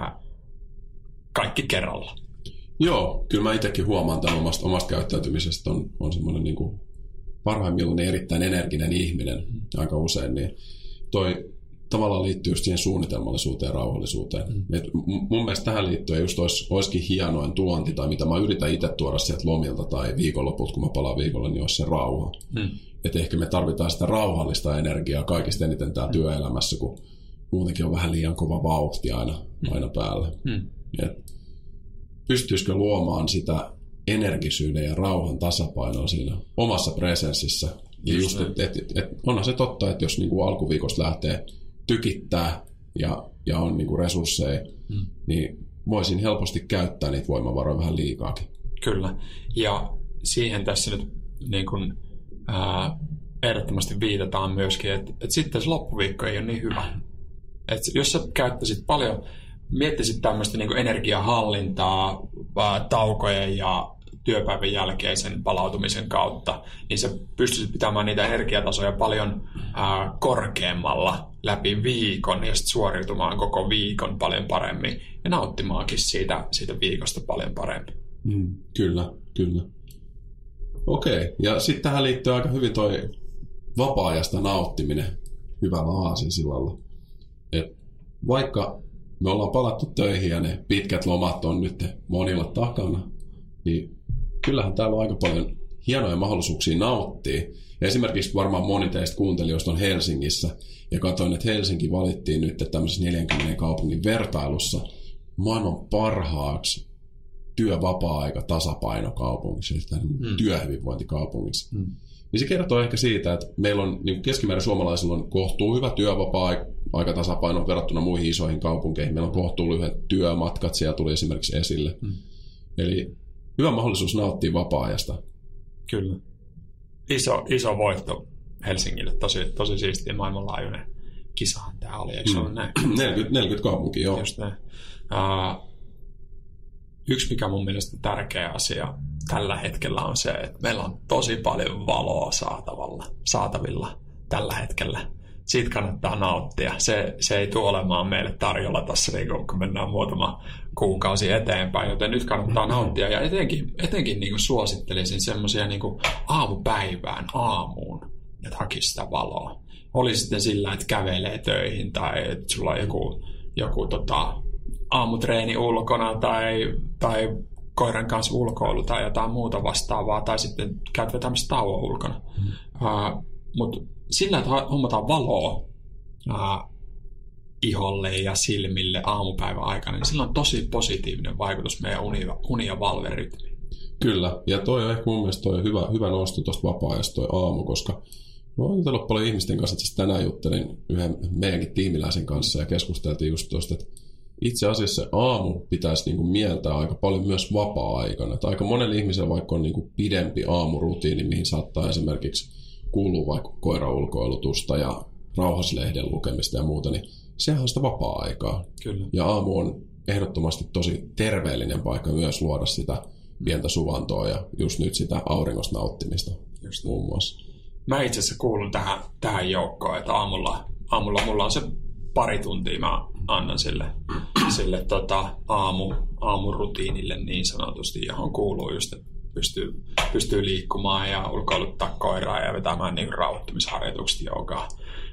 kaikki kerralla. Joo, kyllä mä itsekin huomaan tämän omasta käyttäytymisestä. On semmoinen niin kuin parhaimmillaan erittäin energinen ihminen aika usein. Niin toi tavallaan liittyy just siihen suunnitelmallisuuteen ja rauhallisuuteen. Et mun mielestä tähän liittyen just olisikin hienoin tuonti, tai mitä mä yritän itse tuoda sieltä lomilta tai viikonlopulta, kun mä palaan viikolle, niin olisi se rauha. Että ehkä me tarvitaan sitä rauhallista energiaa kaikista eniten täällä työelämässä, kun muutenkin on vähän liian kova vauhti aina päällä. Pystyisikö luomaan sitä energisyyden ja rauhan tasapainoa siinä omassa presenssissä? Ja just, onhan se totta, että jos niinku alkuviikosta lähtee tykittää ja on niinku resursseja, niin voisin helposti käyttää niitä voimavaroja vähän liikaakin. Kyllä. Ja siihen tässä nyt niin kuin, ehdottomasti viitataan myöskin, että sitten se loppuviikko ei ole niin hyvä. Että jos sä käyttäisit paljon, miettisit tämmöistä niin kuin energiahallintaa taukojen ja työpäivän jälkeisen palautumisen kautta, niin sä pystyisit pitämään niitä energiatasoja paljon korkeammalla läpi viikon ja sitten suoriutumaan koko viikon paljon paremmin ja nauttimaankin siitä viikosta paljon paremmin. Kyllä. Okei, ja sitten tähän liittyy aika hyvin toi vapaa-ajasta nauttiminen hyvällä aasinsillalla. Et vaikka me ollaan palattu töihin ja ne pitkät lomat on nyt monilla takana, niin kyllähän täällä on aika paljon hienoja mahdollisuuksia nauttia. Ja esimerkiksi varmaan moni teistä kuuntelijoista on Helsingissä, ja katsoin, että Helsinki valittiin nyt tämmöisessä 40 kaupungin vertailussa maailman parhaaksi työ-vapaa-aika tasapainokaupungissa, työhyvinvointikaupungissa. Niin se kertoo ehkä siitä, että meillä on niin keskimäärin suomalaisilla on kohtuu hyvä työ-vapaa-aika tasapaino verrattuna muihin isoihin kaupunkeihin. Meillä on kohtuu lyhyet työmatkat, siellä tuli esimerkiksi esille. Eli hyvä mahdollisuus nauttia vapaa-ajasta. Kyllä. Iso voitto Helsingille. Tosi siistiä maailmanlaajuinen kisahan tämä oli, eikö se ole näin? 40 kaupunkia, joo. Just näin. Yksi, mikä mun mielestä tärkeä asia tällä hetkellä on se, että meillä on tosi paljon valoa saatavilla tällä hetkellä. Siitä kannattaa nauttia. Se ei tule olemaan meille tarjolla tässä, kun mennään muutama kuukausi eteenpäin, joten nyt kannattaa nauttia. Ja etenkin niin kuin suosittelisin semmoisia niin kuin aamupäivään, aamuun, että hakisi sitä valoa. Oli sitten sillä, että kävelee töihin tai että sulla on joku aamutreeni ulkona tai koiran kanssa ulkoilu tai jotain muuta vastaavaa, tai sitten käyt vetämässä tauon ulkona. Mutta sillä, että hommataan valoa iholle ja silmille aamupäivän aikana, niin sillä on tosi positiivinen vaikutus meidän uni- ja valverytmiin. Kyllä, ja toi on ehkä mun mielestä toi hyvä nosto tuosta vapaa-ajasta toi aamu, koska mä oon jutellut paljon ihmisten kanssa, että tänään juttelin yhden meidänkin tiimiläisen kanssa ja keskusteltiin just tuosta, että itse asiassa aamu pitäisi niin kuin mieltää aika paljon myös vapaa-aikana. Että aika monella ihmisellä vaikka on niin kuin pidempi aamurutiini, mihin saattaa esimerkiksi kuulua vaikka koiraulkoilutusta ja rauhaslehden lukemista ja muuta, niin sehän on sitä vapaa-aikaa. Kyllä. Ja aamu on ehdottomasti tosi terveellinen paikka myös luoda sitä pientä suvantoa ja just nyt sitä auringosta nauttimista just muun muassa. Mä itse asiassa kuulun tähän joukkoon, että aamulla mulla on se pari tuntia mä annan sille aamurutiinille niin sanotusti, johon kuuluu just, että pystyy liikkumaan ja ulkoiluttaa koiraa ja vetämään niin rauhoittumisharjoitukset joogaa.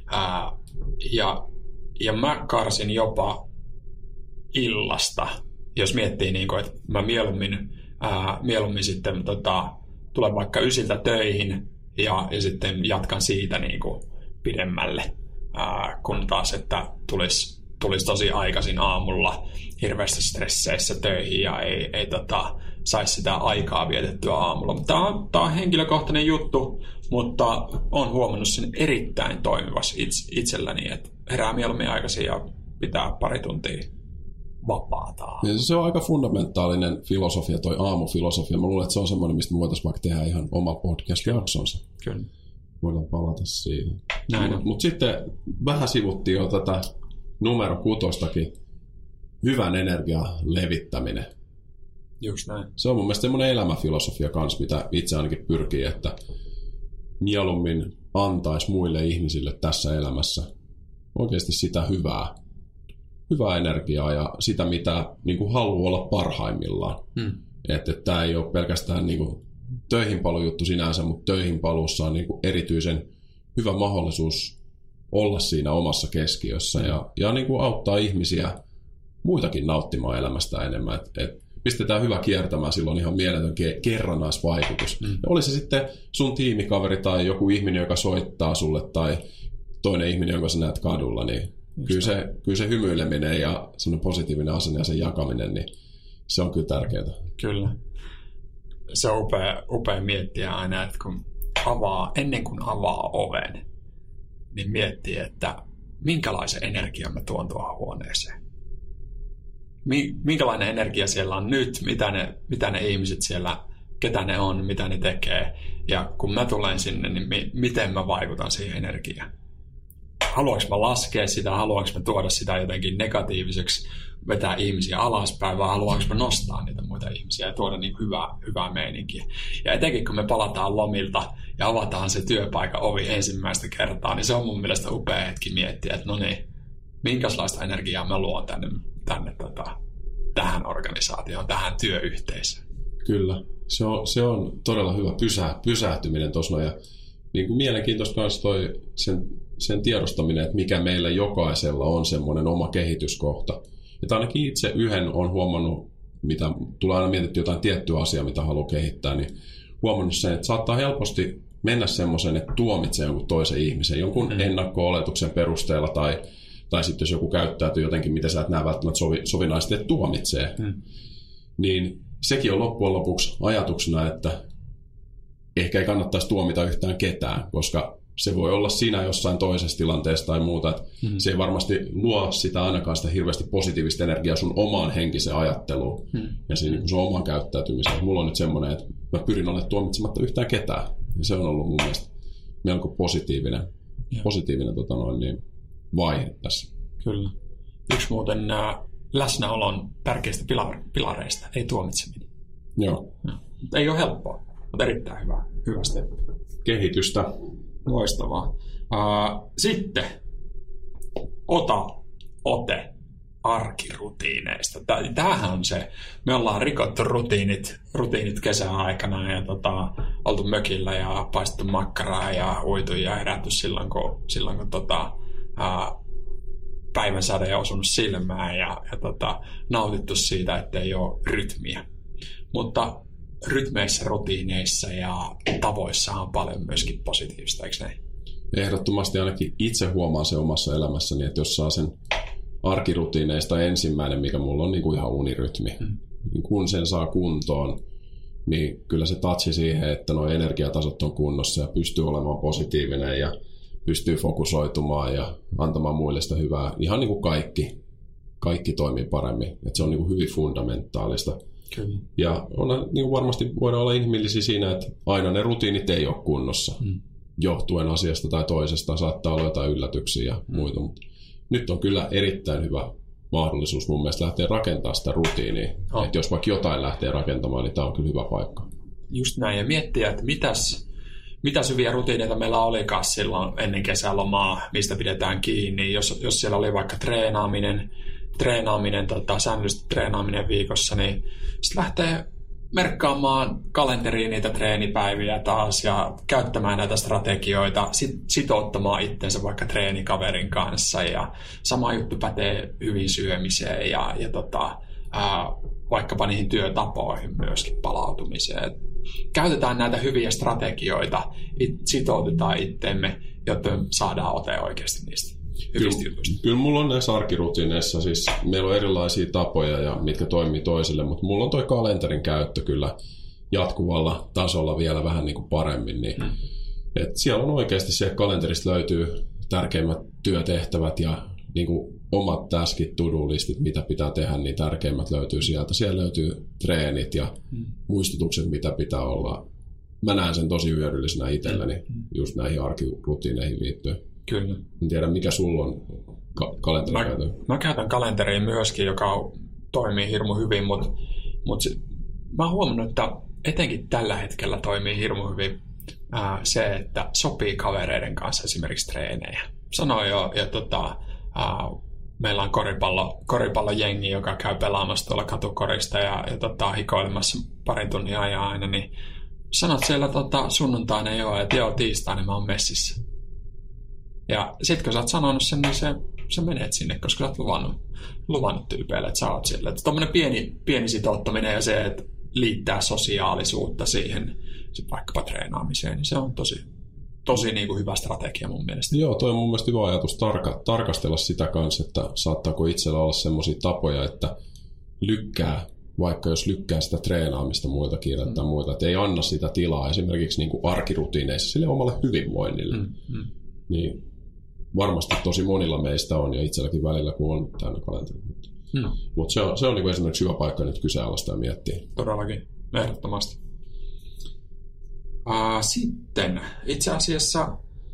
Ja mä karsin jopa illasta, jos miettii, niin kuin, että mä mieluummin sitten tulen vaikka 9 töihin ja sitten jatkan siitä niin kuin pidemmälle, kun taas, että tulisi tosi aikaisin aamulla hirveästi stresseissä töihin ja ei saisi sitä aikaa vietettyä aamulla. Tämä on henkilökohtainen juttu, mutta olen huomannut sen erittäin toimivassa itselläni, että herää mieluummin aikaisin ja pitää pari tuntia vapaata. Se on aika fundamentaalinen filosofia, toi aamufilosofia. Mä luulen, että se on semmoinen, mistä me voitaisiin vaikka tehdä ihan oma podcast-jaksonsa. Kyllä. Voidaan palata siihen. Mutta sitten vähän sivuttiin jo tätä numero 6:kin. Hyvän energian levittäminen. Just näin. Se on mun mielestä semmoinen elämäfilosofia kanssa, mitä itse ainakin pyrkii, että mieluummin antaisi muille ihmisille tässä elämässä oikeasti sitä hyvää energiaa ja sitä, mitä niin kuin haluaa olla parhaimmillaan. Että tämä ei ole pelkästään niin kuin töihinpaluujuttu sinänsä, mutta töihinpaluussa on niin kuin erityisen hyvä mahdollisuus olla siinä omassa keskiössä ja niin kuin auttaa ihmisiä muitakin nauttimaan elämästä enemmän. Et pistetään hyvä kiertämään, silloin ihan mieletön kerrannaisvaikutus. Oli se sitten sun tiimikaveri tai joku ihminen, joka soittaa sulle tai toinen ihminen, jonka sä näet kadulla, niin kyllä se hymyileminen ja semmoinen positiivinen asenne ja sen jakaminen, niin se on kyllä tärkeää. Kyllä. Se on upea miettiä aina, että ennen kuin avaa oven, niin miettii, että minkälaisen energian mä tuon tuohon huoneeseen. Minkälainen energia siellä on nyt, mitä ne ihmiset siellä, ketä ne on, mitä ne tekee. Ja kun mä tulen sinne, niin miten mä vaikutan siihen energiaan. Haluanko mä laskea sitä, haluanko mä tuoda sitä jotenkin negatiiviseksi, vetää ihmisiä alaspäin, vai haluanko mä nostaa niitä muita ihmisiä ja tuoda niin hyvää meininkiä. Ja etenkin kun me palataan lomilta ja avataan se työpaikan ovi ensimmäistä kertaa, niin se on mun mielestä upea hetki miettiä, että no niin, minkälaista energiaa mä luon tänne tähän organisaatioon, tähän työyhteisöön. Kyllä, se on todella hyvä pysähtyminen tuossa. Ja niin kuin mielenkiintoista myös sen tiedostaminen, että mikä meillä jokaisella on semmoinen oma kehityskohta. Että ainakin itse yhden on huomannut, mitä tulee aina mietitty jotain tiettyä asiaa, mitä haluaa kehittää, niin huomannut sen, että saattaa helposti mennä semmoisen, että tuomitsee jonkun toisen ihmisen, jonkun ennakko-oletuksen perusteella tai sitten jos joku käyttäytyy jotenkin, mitä sä et näe välttämättä sovinnaisesti, että tuomitsee, niin sekin on loppujen lopuksi ajatuksena, että ehkä ei kannattaisi tuomita yhtään ketään, koska se voi olla siinä jossain toisessa tilanteessa tai muuta, että se ei varmasti luo sitä ainakaan sitä hirveästi positiivista energiaa sun omaan henkiseen ajatteluun ja siinä niin sun omaan käyttäytymiseen. Mulla on nyt semmoinen, että mä pyrin olemaan tuomitsematta yhtään ketään, ja se on ollut mun mielestä melko positiivinen vaihe tässä. Kyllä. Yksi muuten läsnäolon tärkeistä pilareista, ei tuomitseminen. Joo. Ei ole helppoa, mutta erittäin hyvä steppi. Kehitystä. Loistavaa. Sitten ota ote arkirutiineista. Tämähän on se. Me ollaan rikottu rutiinit kesän aikana ja oltu mökillä ja paistettu makkaraa ja uitu ja herätty silloin kun päivän sade on osunut silmään ja nautittu siitä, että ei ole rytmiä. Mutta rytmeissä, rutiineissa ja tavoissa on paljon myöskin positiivista, eikö näin? Ehdottomasti ainakin itse huomaan se omassa elämässäni, että jos saa sen arkirutiineista ensimmäinen, mikä mulla on niin kuin ihan unirytmi, niin kun sen saa kuntoon, niin kyllä se tatsi siihen, että nuo energiatasot on kunnossa ja pystyy olemaan positiivinen ja pystyy fokusoitumaan ja antamaan muille sitä hyvää. Ihan niin kuin kaikki toimii paremmin. Että se on niin kuin hyvin fundamentaalista. Kyllä. Ja niin kuin varmasti voidaan olla inhimillisiä siinä, että aina ne rutiinit ei ole kunnossa. Johtuen asiasta tai toisesta saattaa olla jotain yllätyksiä ja muita. Mutta nyt on kyllä erittäin hyvä mahdollisuus mun mielestä lähteä rakentamaan sitä rutiinia. Että jos vaikka jotain lähtee rakentamaan, niin tämä on kyllä hyvä paikka. Just näin. Ja miettiä, että mitä hyviä rutiineita meillä olikaan silloin ennen kesälomaa, mistä pidetään kiinni. Jos siellä oli vaikka treenaaminen, säännöllisesti treenaaminen viikossa, niin sitten lähtee merkkaamaan kalenteriin niitä treenipäiviä taas ja käyttämään näitä strategioita, sitouttamaan itsensä vaikka treenikaverin kanssa. Ja sama juttu pätee hyvin syömiseen ja vaikkapa niihin työtapoihin myöskin palautumiseen. käytetään näitä hyviä strategioita, sitoutetaan itteemme, jotta saadaan ote oikeasti niistä hyvistä jutuista. Kyllä mulla on näissä arkirutiineissa, siis meillä on erilaisia tapoja, ja mitkä toimii toisille, mutta mulla on toi kalenterin käyttö kyllä jatkuvalla tasolla vielä vähän niin kuin paremmin. Niin, et siellä on oikeasti siellä kalenterista löytyy tärkeimmät työtehtävät ja niin kuin omat taskit, to-do-listit, mitä pitää tehdä, niin tärkeimmät löytyy sieltä. Siellä löytyy treenit ja muistutukset, mitä pitää olla. Mä näen sen tosi hyödyllisenä itselleni, just näihin arkirutiineihin liittyen. Kyllä. En tiedä, mikä sulla on kalenterikäytö. Mä käytän kalenteria myöskin, joka toimii hirmu hyvin, mutta mä oon huomannut, että etenkin tällä hetkellä toimii hirmu hyvin se, että sopii kavereiden kanssa esimerkiksi treenejä. Sanoin jo, ja meillä on koripallojengi, joka käy pelaamassa tuolla katukorista ja hikoilemassa parin tunnin ajan aina, niin sanot siellä sunnuntaina että tiistaina mä oon messissä. Ja sit kun sä oot sanonut sen, niin sä menet sinne, koska sä oot luvannut tyypeille, että sä oot siellä. Että tommonen pieni sitouttaminen ja se, että liittää sosiaalisuutta siihen vaikkapa treenaamiseen, niin se on tosi niin kuin hyvä strategia mun mielestä. Joo, toi on mun mielestä hyvä ajatus tarkastella sitä kanssa, että saattaako itsellä olla semmoisia tapoja, että vaikka jos lykkää sitä treenaamista muilta kieltä tai muilta, että ei anna sitä tilaa esimerkiksi niin kuin arkirutiineissa sille omalle hyvinvoinnille. Niin varmasti tosi monilla meistä on, ja itselläkin välillä, kun on täynnä kalenteri. Mutta se on niin kuin esimerkiksi hyvä paikka nyt kyseenalaista ja miettiä. Todellakin, ehdottomasti. Sitten itse asiassa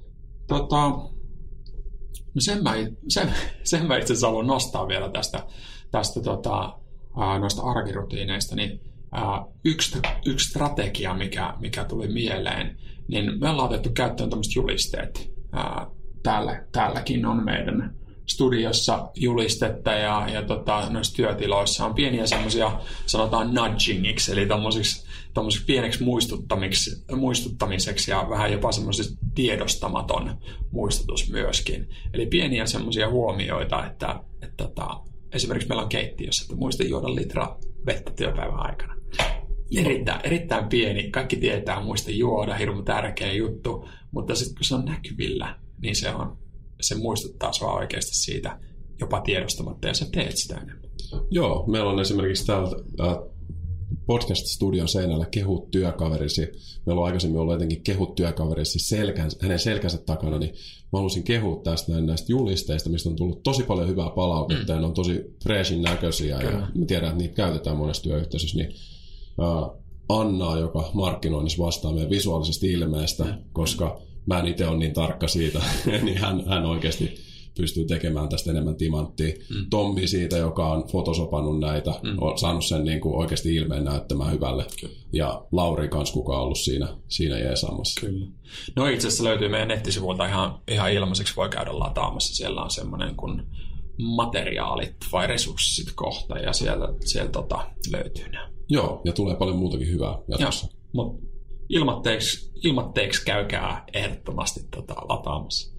sen mä itse asiassa haluan nostaa vielä tästä noista arkirutiineista, niin yksi strategia, mikä tuli mieleen, niin me ollaan otettu käyttöön tämmöiset julisteet. Täälläkin on meidän studiossa julistetta ja noissa työtiloissa on pieniä semmoisia, sanotaan nudgingiksi, eli tommosiksi pieneksi muistuttamiseksi ja vähän jopa semmoisiksi tiedostamaton muistutus myöskin. Eli pieniä semmoisia huomioita, että esimerkiksi meillä on keittiössä, että muista juoda litra vettä työpäivän aikana. Erittäin pieni, kaikki tietää, muista juoda, hirmu tärkeä juttu, mutta sitten kun se on näkyvillä, niin se muistuttaa sua oikeasti siitä jopa tiedostamatta, ja sä teet sitä enemmän. Joo, meillä on esimerkiksi täältä podcast-studion seinällä kehut työkaverisi. Meillä on aikaisemmin ollut jotenkin kehut työkaverisi hänen selkänsä takana, niin mä halusin kehua tästä näistä julisteista, mistä on tullut tosi paljon hyvää palautetta, ja ne on tosi freshin näköisiä, ja mä tiedän, että niitä käytetään monessa työyhteisössä, niin Annaa, joka markkinoinnissa vastaa meidän visuaalisesta ilmeestä, koska mä en itse ole niin tarkka siitä, niin hän oikeasti pystyy tekemään tästä enemmän timanttia. Tommi siitä, joka on fotosopannut näitä, on saanut sen niin kuin oikeasti ilmeen näyttämään hyvälle. Ja Lauri kanssa, kuka on ollut siinä jeesaamassa. Kyllä. No itse asiassa löytyy meidän nettisivuilta ihan ilmaiseksi, voi käydä lataamassa. Siellä on semmoinen kuin materiaalit vai resurssit kohta, ja sieltä löytyy nämä. Joo, ja tulee paljon muutakin hyvää jatkossa. Mutta ilmatteeksi käykää ehdottomasti lataamassa.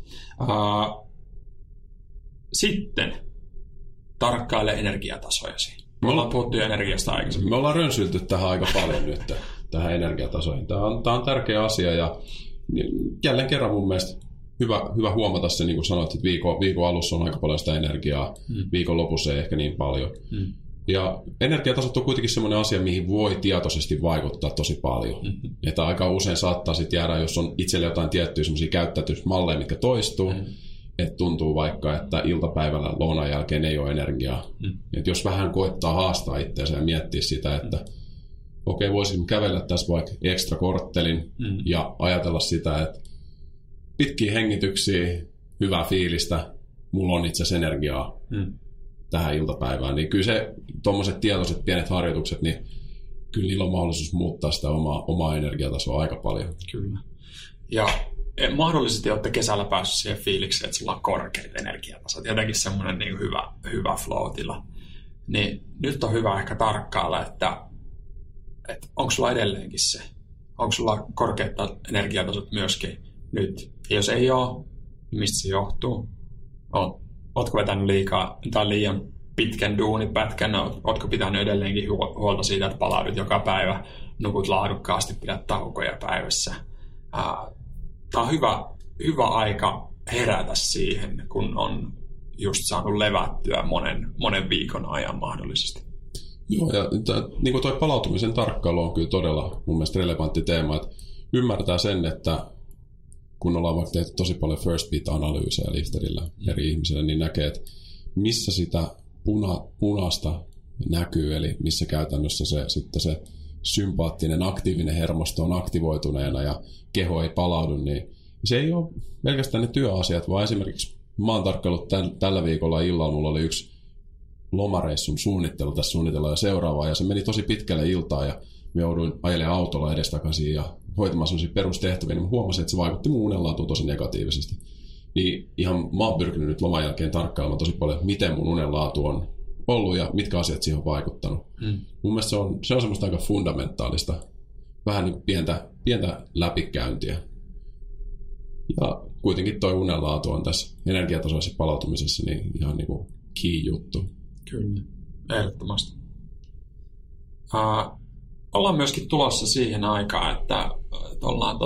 Sitten tarkkaile energiatasojasi. Me ollaan puhuttu energiasta aikaisemmin. Me ollaan rönsylty tähän aika paljon nyt, tähän energiatasoihin. Tämä on tärkeä asia, ja jälleen kerran mun mielestä hyvä huomata se, niin kuin sanoit, että viikon alussa on aika paljon sitä energiaa, viikon lopussa ei ehkä niin paljon. Ja energiatasot on kuitenkin semmoinen asia, mihin voi tietoisesti vaikuttaa tosi paljon. Että aika usein saattaa sitten jäädä, jos on itselle jotain tiettyjä semmoisia käyttäytymismalleja, mitkä toistuu, että tuntuu vaikka, että iltapäivällä lounan jälkeen ei ole energiaa. Että jos vähän koettaa haastaa itseänsä ja miettiä sitä, että okei, voisin kävellä tässä vaikka ekstra korttelin ja ajatella sitä, että pitkiä hengityksiä, hyvää fiilistä, mulla on itse asiassa energiaa tähän iltapäivään, niin kyllä se tuommoiset tietoiset pienet harjoitukset, niin kyllä niillä on mahdollisuus muuttaa sitä omaa energiatasoa aika paljon. Kyllä. Ja mahdollisesti olette kesällä päässyt siihen fiilikseen, että sulla on korkeat energiatasot, jotenkin semmoinen niin hyvä flow-tila. Niin nyt on hyvä ehkä tarkkailla, että onko sulla edelleenkin se? Onko sulla korkeat energiatasot myöskin nyt? Ja jos ei ole, niin mistä se johtuu? Ootko vetänyt liikaa tai liian pitkän duunipätkän, ootko pitänyt edelleenkin huolta siitä, että palaudut joka päivä, nukut laadukkaasti, pidät taukoja päivässä. Tämä on hyvä aika herätä siihen, kun on just saanut levättyä monen viikon ajan mahdollisesti. Joo, ja niin kuin tuo palautumisen tarkkailu on kyllä todella mun mielestä relevantti teema, että ymmärtää sen, että kun ollaan vaikka tehty tosi paljon first beat-analyysejä lifterillä eri ihmisille, niin näkee, että missä sitä punaista näkyy, eli missä käytännössä se sympaattinen, aktiivinen hermosto on aktivoituneena ja keho ei palaudu, niin se ei ole pelkästään ne työasiat, vaan esimerkiksi mä oon tarkkaillut tällä viikolla illalla, mulla oli yksi lomareissun suunnittelu, tässä suunnitellaan jo seuraavaa, ja se meni tosi pitkälle iltaan, ja mä jouduin ajelemaan autolla edestakaisin ja hoitamaan sellaisia perustehtäviä, niin mä huomasin, että se vaikutti mun unenlaatuun tosi negatiivisesti. Niin ihan mä oon pyrkinyt nyt loman jälkeen tarkkailemaan tosi paljon, miten mun unenlaatu on ollut ja mitkä asiat siihen on vaikuttanut. Mun mielestä se on semmoista aika fundamentaalista, vähän niin kuin pientä läpikäyntiä. Ja kuitenkin toi unenlaatu on tässä energiatasoisessa palautumisessa niin ihan niin kuin key juttu. Kyllä, ehdottomasti. Ollaan myöskin tulossa siihen aikaan, että ollaan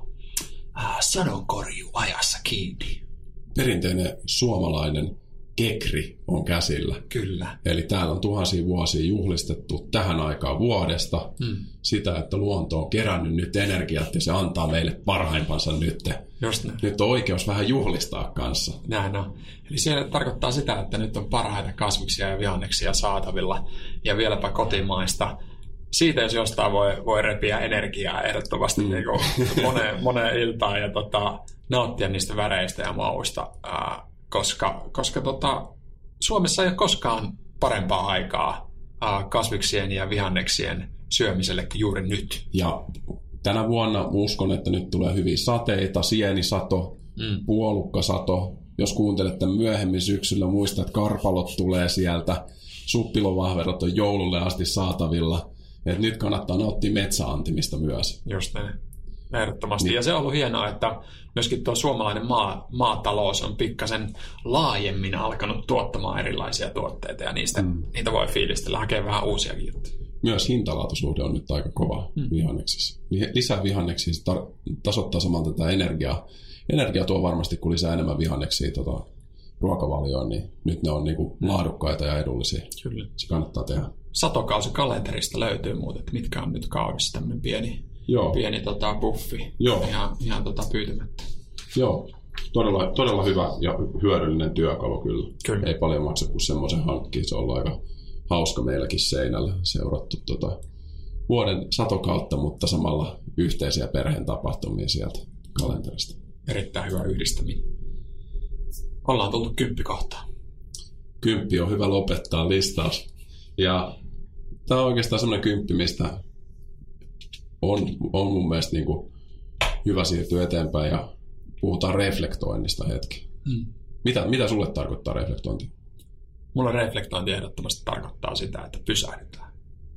sadonkorjuajassa kiinni. Perinteinen suomalainen kekri on käsillä. Kyllä. Eli täällä on tuhansia vuosia juhlistettu tähän aikaan vuodesta sitä, että luonto on kerännyt nyt energiat ja se antaa meille parhaimpansa nyt. Just näin. Nyt on oikeus vähän juhlistaa kanssa. Näin on. Eli se tarkoittaa sitä, että nyt on parhaita kasviksia ja vihanneksia saatavilla ja vieläpä kotimaista. Siitä jos jostain voi repiä energiaa ehdottomasti niin moneen iltaan ja nauttia niistä väreistä ja mauista, koska Suomessa ei ole koskaan parempaa aikaa kasviksien ja vihanneksien syömiselle kuin juuri nyt. Ja tänä vuonna uskon, että nyt tulee hyviä sateita, sienisato, puolukkasato. Jos kuuntelette myöhemmin syksyllä, muista, että karpalot tulee sieltä. Suppilovahverot on joululle asti saatavilla. Et nyt kannattaa nauttia metsäantimista myös. Just näin. Ehdottomasti. Niin. Ja se on ollut hienoa, että myöskin tuo suomalainen maatalous on pikkasen laajemmin alkanut tuottamaan erilaisia tuotteita ja niitä voi fiilistellä, hakea vähän uusia juttuja. Myös hintalaatuisuhde on nyt aika kova vihanneksissa. Lisää vihanneksia tasoittaa samalla tätä energiaa. Energia tuo varmasti, kun lisää enemmän vihanneksia ruokavalioon, niin nyt ne on niinku laadukkaita ja edullisia. Kyllä. Se kannattaa tehdä. Satokausikalenterista löytyy muuten, että mitkä on nyt kaudessa tämmöinen pieni buffi. Joo. Ihan pyytämättä. Joo, todella hyvä ja hyödyllinen työkalu kyllä. Ei paljon maksa, kun semmoisen hankkii. Se on ollut aika hauska meilläkin seinällä seurattu vuoden satokautta, mutta samalla yhteisiä perheen tapahtumia sieltä kalenterista. Erittäin hyvä yhdistäminen. Ollaan tullut 10 kohtaan. 10 on hyvä lopettaa listaus. Ja tämä on oikeastaan semmoinen 10, mistä on mun mielestä niin kuin hyvä siirtyä eteenpäin ja puhutaan reflektoinnista hetki. Mitä sulle tarkoittaa reflektointi? Mulle reflektointi ehdottomasti tarkoittaa sitä, että pysähdytään.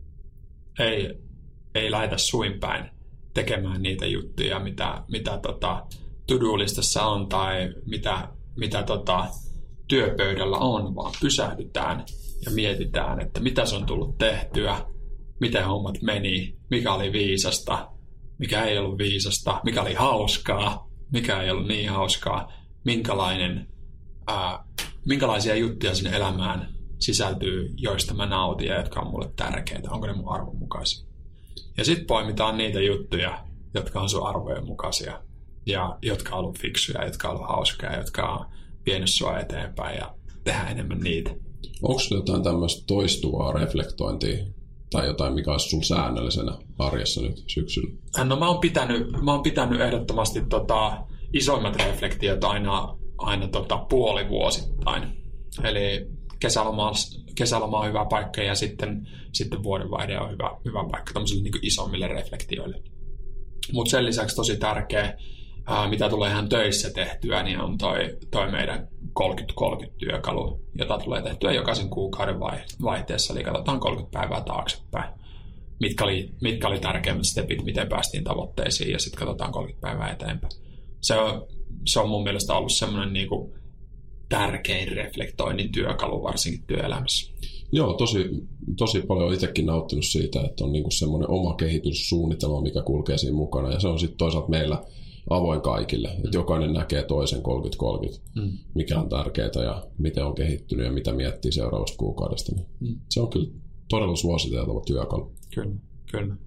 Ei lähdetä suin päin tekemään niitä juttuja, mitä to-do-listassa on tai mitä työpöydällä on, vaan pysähdytään ja mietitään, että mitä se on tullut tehtyä, miten hommat meni, mikä oli viisasta, mikä ei ollut viisasta, mikä oli hauskaa, mikä ei ollut niin hauskaa, minkälaisia juttuja sinne elämään sisältyy, joista mä nautin ja jotka on mulle tärkeitä, onko ne mun arvon mukaisia. Ja sitten poimitaan niitä juttuja, jotka on sun arvojen mukaisia ja jotka on ollut fiksuja, jotka on ollut hauskaa, jotka on vienyt sua eteenpäin ja tehdään enemmän niitä. Onko jotain tämmöistä toistuvaa reflektointia tai jotain, mikä olisi sun säännöllisenä arjessa nyt syksyllä? No mä oon pitänyt ehdottomasti isoimmat reflektiot aina puolivuosittain. Eli kesäloma on hyvä paikka ja sitten vuodenvaihde on hyvä paikka tämmöisille niin kuin isommille reflektioille. Mutta sen lisäksi tosi tärkeä, mitä tulee ihan töissä tehtyä, niin on toi meidän 30-30-työkalu, jota tulee tehtyä jokaisen kuukauden vaihteessa. Eli katsotaan 30 päivää taaksepäin, mitkä oli tärkeimmät stepit, miten päästiin tavoitteisiin, ja sitten katsotaan 30 päivää eteenpäin. Se on mun mielestä ollut semmoinen niinku tärkein reflektoinnin työkalu varsinkin työelämässä. Joo, tosi paljon itsekin nauttinut siitä, että on niinku semmoinen oma kehityssuunnitelma, mikä kulkee siinä mukana. Ja se on sitten toisaalta meillä avoin kaikille. Että jokainen näkee toisen 30-30, mikä on tärkeää ja miten on kehittynyt ja mitä miettii seuraavasta kuukaudesta. Se on kyllä todella suositeltava työkalu. Kyllä.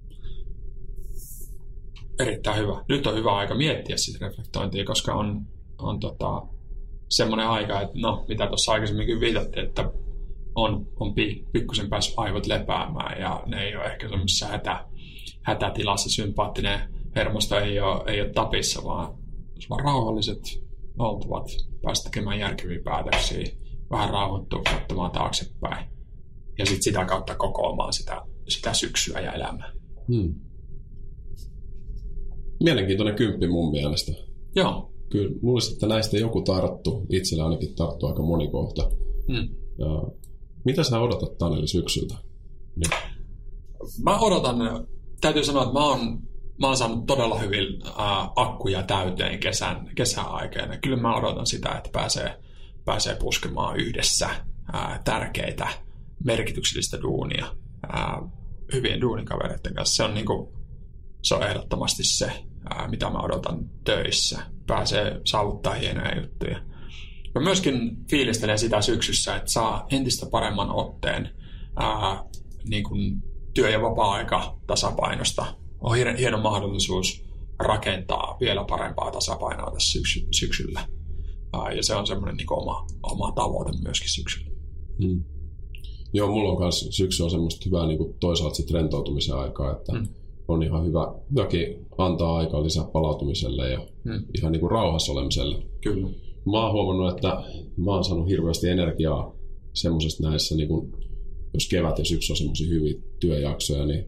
Erittäin hyvä. Nyt on hyvä aika miettiä sitä reflektointia, koska on semmoinen aika, että mitä tuossa aikaisemminkin viitattiin, että on pikkusen päässyt aivot lepäämään ja ne ei ole ehkä semmoisessa hätätilassa, sympaattinen hermosto ei ole tapissa, vaan rauhalliset oltavat, päästä tekemään järkeviä päätöksiä, vähän rauhoittua, katsomaan taaksepäin ja sitten sitä kautta kokoamaan sitä syksyä ja elämää. Mielenkiintoinen 10 mun mielestä. Joo. Kyllä, luulisin, että näistä joku tarttuu. Itsellä ainakin tarttuu aika moni kohta. Ja mitä sä odotat, Taneli, syksyltä? Niin. Mä odotan, täytyy sanoa, että mä oon saanut todella hyvin akkuja täyteen kesän aikana. Kyllä mä odotan sitä, että pääsee puskemaan yhdessä tärkeitä, merkityksellistä duunia hyvien duunikavereiden kanssa. Se on ehdottomasti se, mitä mä odotan töissä. Pääsee saavuttaa hienoja juttuja. Mä myöskin fiilistelen sitä syksyssä, että saa entistä paremman otteen niin kuin työ- ja vapaa-aika tasapainosta. On hieno mahdollisuus rakentaa vielä parempaa tasapainoa tässä syksyllä. Ja se on semmoinen niin kuin oma tavoite myöskin syksyllä. Joo, mulla on myös syksy on semmoista hyvää niin kuin toisaalta sit rentoutumisen aikaa, että on ihan hyväkin antaa aikaa lisää palautumiselle ja ihan niin kuin rauhassa olemiselle. Kyllä. Mä oon huomannut, että mä oon saanut hirveästi energiaa semmoisesta näissä, niin kuin, jos kevät ja syksy on semmoisia hyviä työjaksoja, niin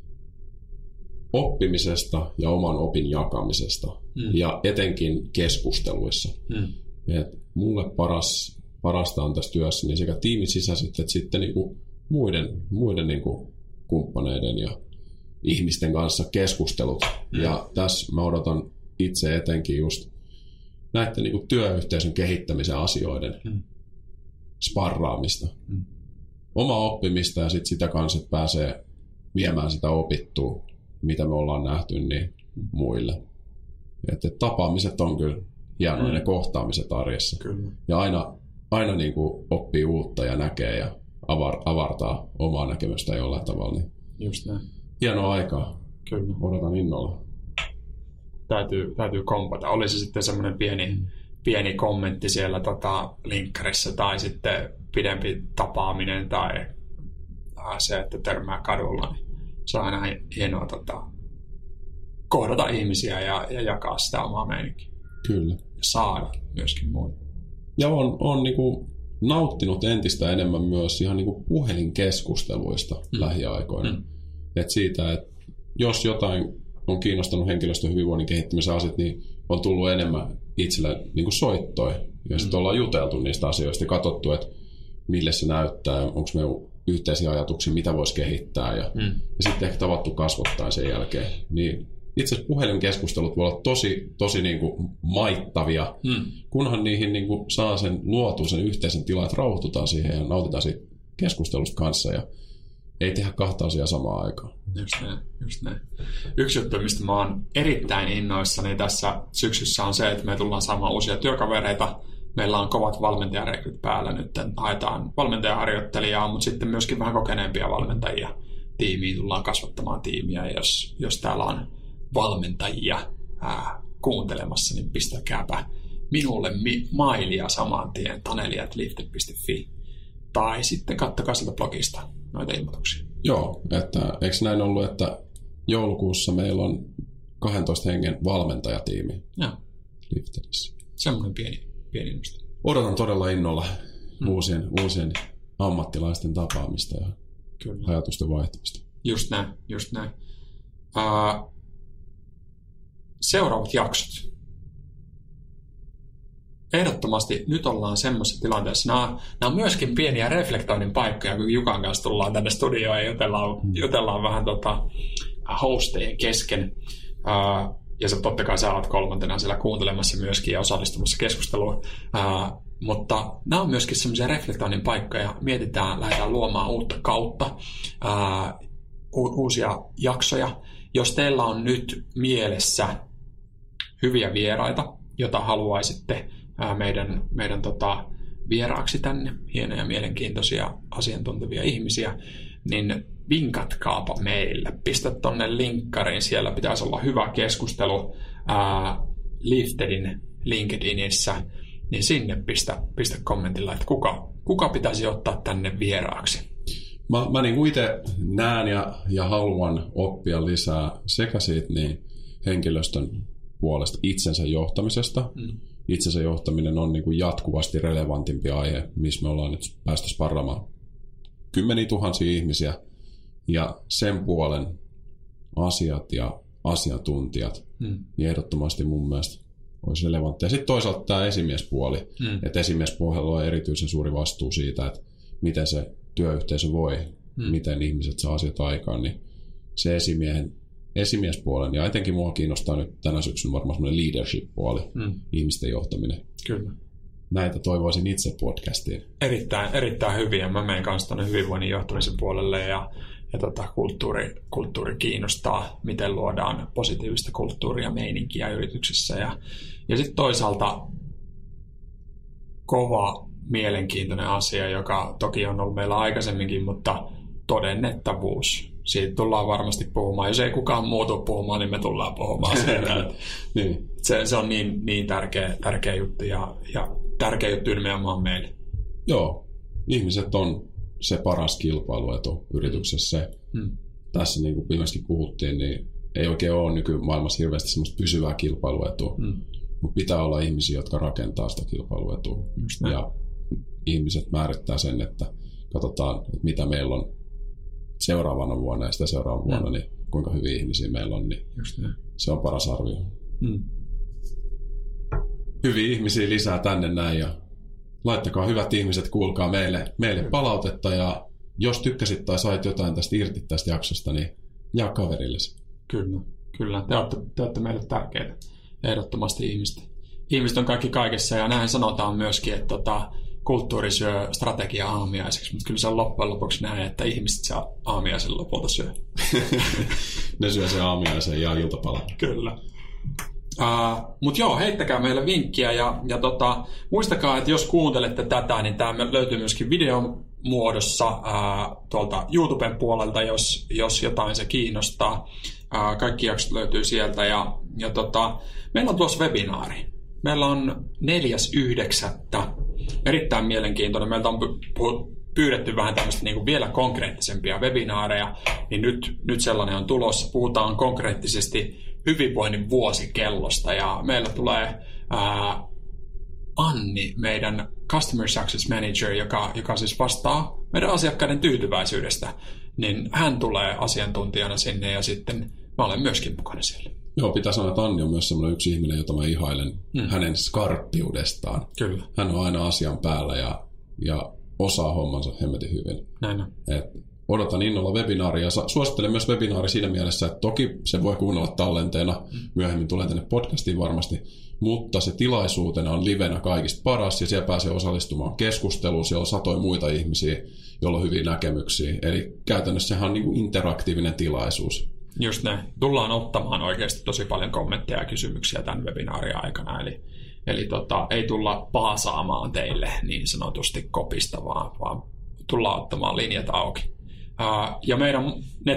oppimisesta ja oman opin jakamisesta ja etenkin keskusteluissa. Et mulle parasta on tässä työssä niin sekä tiimin sisäiset että sitten niin kuin muiden niin kuin kumppaneiden ja ihmisten kanssa keskustelut. Ja tässä mä odotan itse etenkin just näiden niin kuin työyhteisön kehittämisen asioiden sparraamista. Omaa oppimista ja sitten sitä kanssa, että pääsee viemään sitä opittua, mitä me ollaan nähty, niin muille. Että tapaamiset on kyllä hienoja, ne kohtaamiset arjessa. Kyllä. Ja aina niin kuin oppii uutta ja näkee ja avartaa omaa näkemystä jollain tavalla. Niin just näin. Hienoa aikaa. Kyllä. Odotan innolla. Täytyy kompata. Oli se sitten semmoinen pieni kommentti siellä linkkarissa tai sitten pidempi tapaaminen tai se, että törmää kadulla. Niin se on aina hienoa kohdata ihmisiä ja jakaa sitä omaa meininkiä. Kyllä. Ja saada myöskin muita. Ja on niinku nauttinut entistä enemmän myös ihan niinku puhelinkeskusteluista lähiaikoina. Et siitä, että jos jotain on kiinnostanut henkilöstön hyvinvoinnin kehittämisen asiat, niin on tullut enemmän itselle niinku soittoja. Ja sitten ollaan juteltu niistä asioista ja katsottu, että mille se näyttää, onko meillä yhteisiä ajatuksia, mitä voisi kehittää. Ja sitten ehkä tavattu kasvottaa sen jälkeen. Niin itse asiassa puhelinkeskustelut voi olla tosi niinku maittavia, kunhan niihin niinku saa sen luotua sen yhteisen tilan, että rauhoitutaan siihen ja nautitaan siitä keskustelusta kanssa ja ei tehdä kahta asiaa samaan aikaan. Just näin. Yksi juttu, mistä mä oon erittäin innoissani tässä syksyssä on se, että me tullaan saamaan uusia työkavereita. Meillä on kovat valmentajarekryt päällä nyt. Haetaan valmentajaharjoittelijaa, mutta sitten myöskin vähän kokeneempia valmentajia tiimiin. Tullaan kasvattamaan tiimiä. Jos täällä on valmentajia kuuntelemassa, niin pistäkääpä minulle mailia saman tien taneli@lifted.fi tai sitten katsokaa sieltä blogista noita ilmoituksia. Joo, että eikö näin ollut, että joulukuussa meillä on 12 hengen valmentajatiimi Liftedissä. Semmoinen pieni nosto. Odotan todella innolla uusien ammattilaisten tapaamista ja ajatusten vaihtamista. Just näin. Seuraavat jaksot. Ehdottomasti nyt ollaan semmoisessa tilanteessa. Nämä on myöskin pieniä reflektoinnin paikkoja, kun Jukan kanssa tullaan tänne studioon ja jutellaan vähän hostien kesken. Ja totta kai sä oot kolmantena siellä kuuntelemassa myöskin ja osallistumassa keskusteluun. Mutta nämä on myöskin semmoisia reflektoinnin paikkoja. Mietitään, lähdetään luomaan uutta kautta, uusia jaksoja. Jos teillä on nyt mielessä hyviä vieraita, jota haluaisitte meidän vieraaksi tänne, hienoja, mielenkiintoisia, asiantuntevia ihmisiä, niin vinkatkaapa meille. Pistä tonne linkkariin, siellä pitäisi olla hyvä keskustelu Liftedin LinkedInissä, niin sinne pistä kommentilla, että kuka pitäisi ottaa tänne vieraaksi. Mä niin kuin itse näen ja haluan oppia lisää sekä siitä niin henkilöstön puolesta itsensä johtamisesta. Itsensä johtaminen on niin kuin jatkuvasti relevantimpi aihe, missä me ollaan nyt päästy sparraamaan kymmeniä tuhansia ihmisiä. Ja sen puolen asiat ja asiantuntijat, niin ehdottomasti mun mielestä olisi relevanttia. Sitten toisaalta tämä esimiespuoli, että esimiespuolella on erityisen suuri vastuu siitä, että miten se työyhteisö voi, miten ihmiset saa asiat aikaan, niin se esimiespuolen, ja etenkin mua kiinnostaa nyt tänä syksyn varmaan semmoinen leadership-puoli, ihmisten johtaminen. Kyllä. Näitä toivoisin itse podcastiin. Erittäin hyviä. Mä menen kanssa tuonne hyvinvoinnin johtamisen puolelle ja kulttuuri kiinnostaa, miten luodaan positiivista kulttuuria, meininkiä yrityksessä. Ja sitten toisaalta kova, mielenkiintoinen asia, joka toki on ollut meillä aikaisemminkin, mutta todennettavuus. Siitä tullaan varmasti puhumaan. Jos ei kukaan muu tule puhumaan, niin me tullaan puhumaan siitä. Niin. Se on niin tärkeä juttu ja tärkeä juttu nimenomaan meille. Joo, ihmiset on se paras kilpailuetu yrityksessä. Tässä niin kuin viimeiskin puhuttiin, niin ei oikein ole nykymaailmassa hirveästi semmoista pysyvää kilpailuetua. Mutta pitää olla ihmisiä, jotka rakentaa sitä kilpailuetua. Ja ihmiset määrittää sen, että katsotaan, että mitä meillä on seuraavana vuonna ja sitä seuraavana vuonna, niin kuinka hyviä ihmisiä meillä on, niin se on paras arvio. Hyviä ihmisiä lisää tänne näin ja laittakaa hyvät ihmiset, kuulkaa meille palautetta ja jos tykkäsit tai sait jotain tästä irti tästä jaksosta, niin jaa kaverillesi. Kyllä. Te olette meille tärkeitä. Ehdottomasti ihmiset on kaikki kaikessa ja näin sanotaan myöskin, että kulttuuri syö strategiaa aamiaiseksi, mutta kyllä se on loppujen lopuksi näin, että ihmiset saa aamiaisen lopulta syö. Ne syö sen aamiaisen ja iltapalan. Kyllä. Mutta joo, heittäkää meille vinkkiä ja muistakaa, että jos kuuntelette tätä, niin tämä löytyy myöskin videon muodossa tuolta YouTuben puolelta, jos jotain se kiinnostaa. Kaikki jaksot löytyy sieltä ja meillä on tuossa webinaari. Meillä on 4.9. Erittäin mielenkiintoinen. Meiltä on pyydetty vähän tämmöistä niin kuin vielä konkreettisempia webinaareja, niin nyt sellainen on tulossa. Puhutaan konkreettisesti hyvinvoinnin vuosikellosta ja meillä tulee Anni, meidän Customer Success Manager, joka siis vastaa meidän asiakkaiden tyytyväisyydestä, niin hän tulee asiantuntijana sinne ja sitten mä olen myöskin mukana siellä. Joo, pitää sanoa, että Anni on myös semmoinen yksi ihminen, jota mä ihailen hänen skarppiudestaan. Kyllä. Hän on aina asian päällä ja osaa hommansa hemmetin hyvin. Näin on. Odotan innolla webinaaria ja suosittelen myös webinaari siinä mielessä, että toki se voi kuunnella tallenteena, myöhemmin tulee tänne podcastiin varmasti, mutta se tilaisuutena on livenä kaikista paras ja siellä pääsee osallistumaan keskusteluun, siellä on satoja muita ihmisiä, joilla on hyviä näkemyksiä, eli käytännössä sehän on niin kuin interaktiivinen tilaisuus. Just näin. Tullaan ottamaan oikeasti tosi paljon kommentteja ja kysymyksiä tämän webinaarin aikana, eli ei tulla paasaamaan teille niin sanotusti kopista, vaan tullaan ottamaan linjat auki. Ja meidän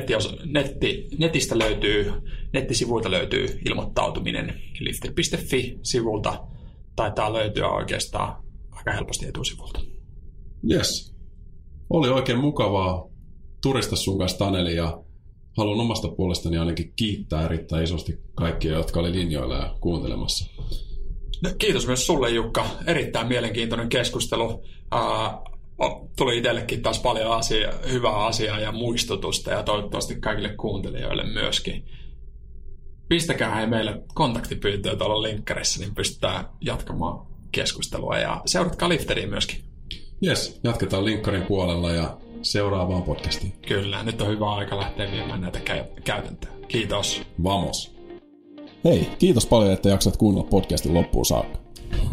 nettisivuilta löytyy ilmoittautuminen lifted.fi-sivulta. Taitaa löytyä oikeastaan aika helposti etusivulta. Yes. Oli oikein mukavaa turista sun kanssa, Taneli, ja haluan omasta puolestani ainakin kiittää erittäin isosti kaikkia, jotka oli linjoilla ja kuuntelemassa. No, kiitos myös sulle, Jukka. Erittäin mielenkiintoinen keskustelu. Tuli itsellekin taas paljon hyvää asiaa ja muistutusta ja toivottavasti kaikille kuuntelijoille myöskin. Pistäkää meille kontaktipyyntöä tuolla linkkarissa, niin pystytään jatkamaan keskustelua ja seuratkaa Liftedia myöskin. Jes, jatketaan linkkarin puolella ja seuraavaan podcastiin. Kyllä, nyt on hyvä aika lähteä viemään näitä käytäntöön. Kiitos. Vamos. Hei, kiitos paljon, että jaksat kuunnella podcastin loppuun saakka.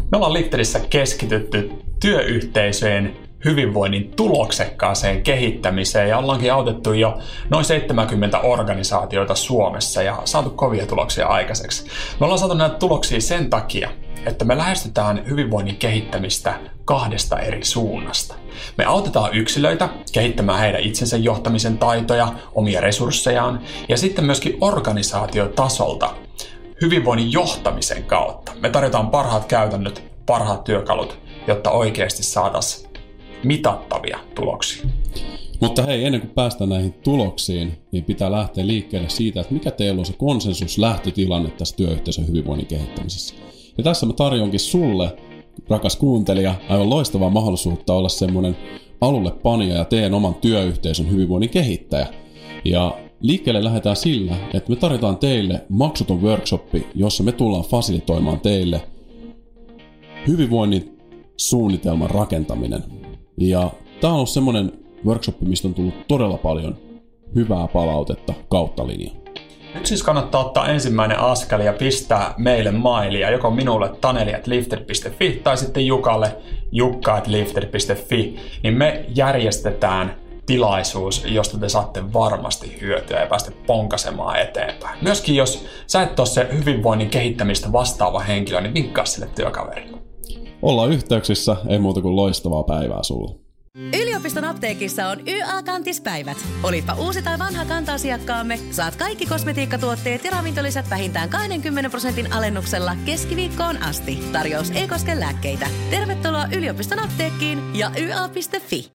Me ollaan Lifterissä keskitytty työyhteisöjen hyvinvoinnin tuloksekkaaseen kehittämiseen ja ollaankin autettu jo noin 70 organisaatioita Suomessa ja saatu kovia tuloksia aikaiseksi. Me ollaan saatu näitä tuloksia sen takia, että me lähestytään hyvinvoinnin kehittämistä 2 eri suunnasta. Me autetaan yksilöitä kehittämään heidän itsensä johtamisen taitoja, omia resurssejaan ja sitten myöskin organisaatiotasolta hyvinvoinnin johtamisen kautta. Me tarjotaan parhaat käytännöt, parhaat työkalut, jotta oikeasti saataisiin mitattavia tuloksia. Mutta hei, ennen kuin päästään näihin tuloksiin, niin pitää lähteä liikkeelle siitä, että mikä teillä on se konsensuslähtötilanne tässä työyhteisön hyvinvoinnin kehittämisessä. Ja tässä mä tarjonkin sulle, rakas kuuntelija, aivan loistavaa mahdollisuutta olla semmoinen alulle panija ja teen oman työyhteisön hyvinvoinnin kehittäjä. Ja liikkeelle lähdetään sillä, että me tarjotaan teille maksuton workshoppi, jossa me tullaan fasilitoimaan teille hyvinvoinnin suunnitelman rakentaminen. Ja tää on ollut semmoinen workshoppi, mistä on tullut todella paljon hyvää palautetta kautta linjan. Nyt siis kannattaa ottaa ensimmäinen askel ja pistää meille mailia, joko minulle taneli@lifter.fi tai sitten Jukalle jukka@lifter.fi, niin me järjestetään tilaisuus, josta te saatte varmasti hyötyä ja päästä ponkasemaan eteenpäin. Myöskin jos sä et ole se hyvinvoinnin kehittämistä vastaava henkilö, niin vinkkaa sille työkaverille. Ollaan yhteyksissä, ei muuta kuin loistavaa päivää sulle. Yliopiston apteekissa on YA-kantispäivät. Olipa uusi tai vanha kanta-asiakkaamme, saat kaikki kosmetiikkatuotteet ja ravintolisät vähintään 20% alennuksella keskiviikkoon asti. Tarjous ei koske lääkkeitä. Tervetuloa yliopiston apteekkiin ja YA.fi.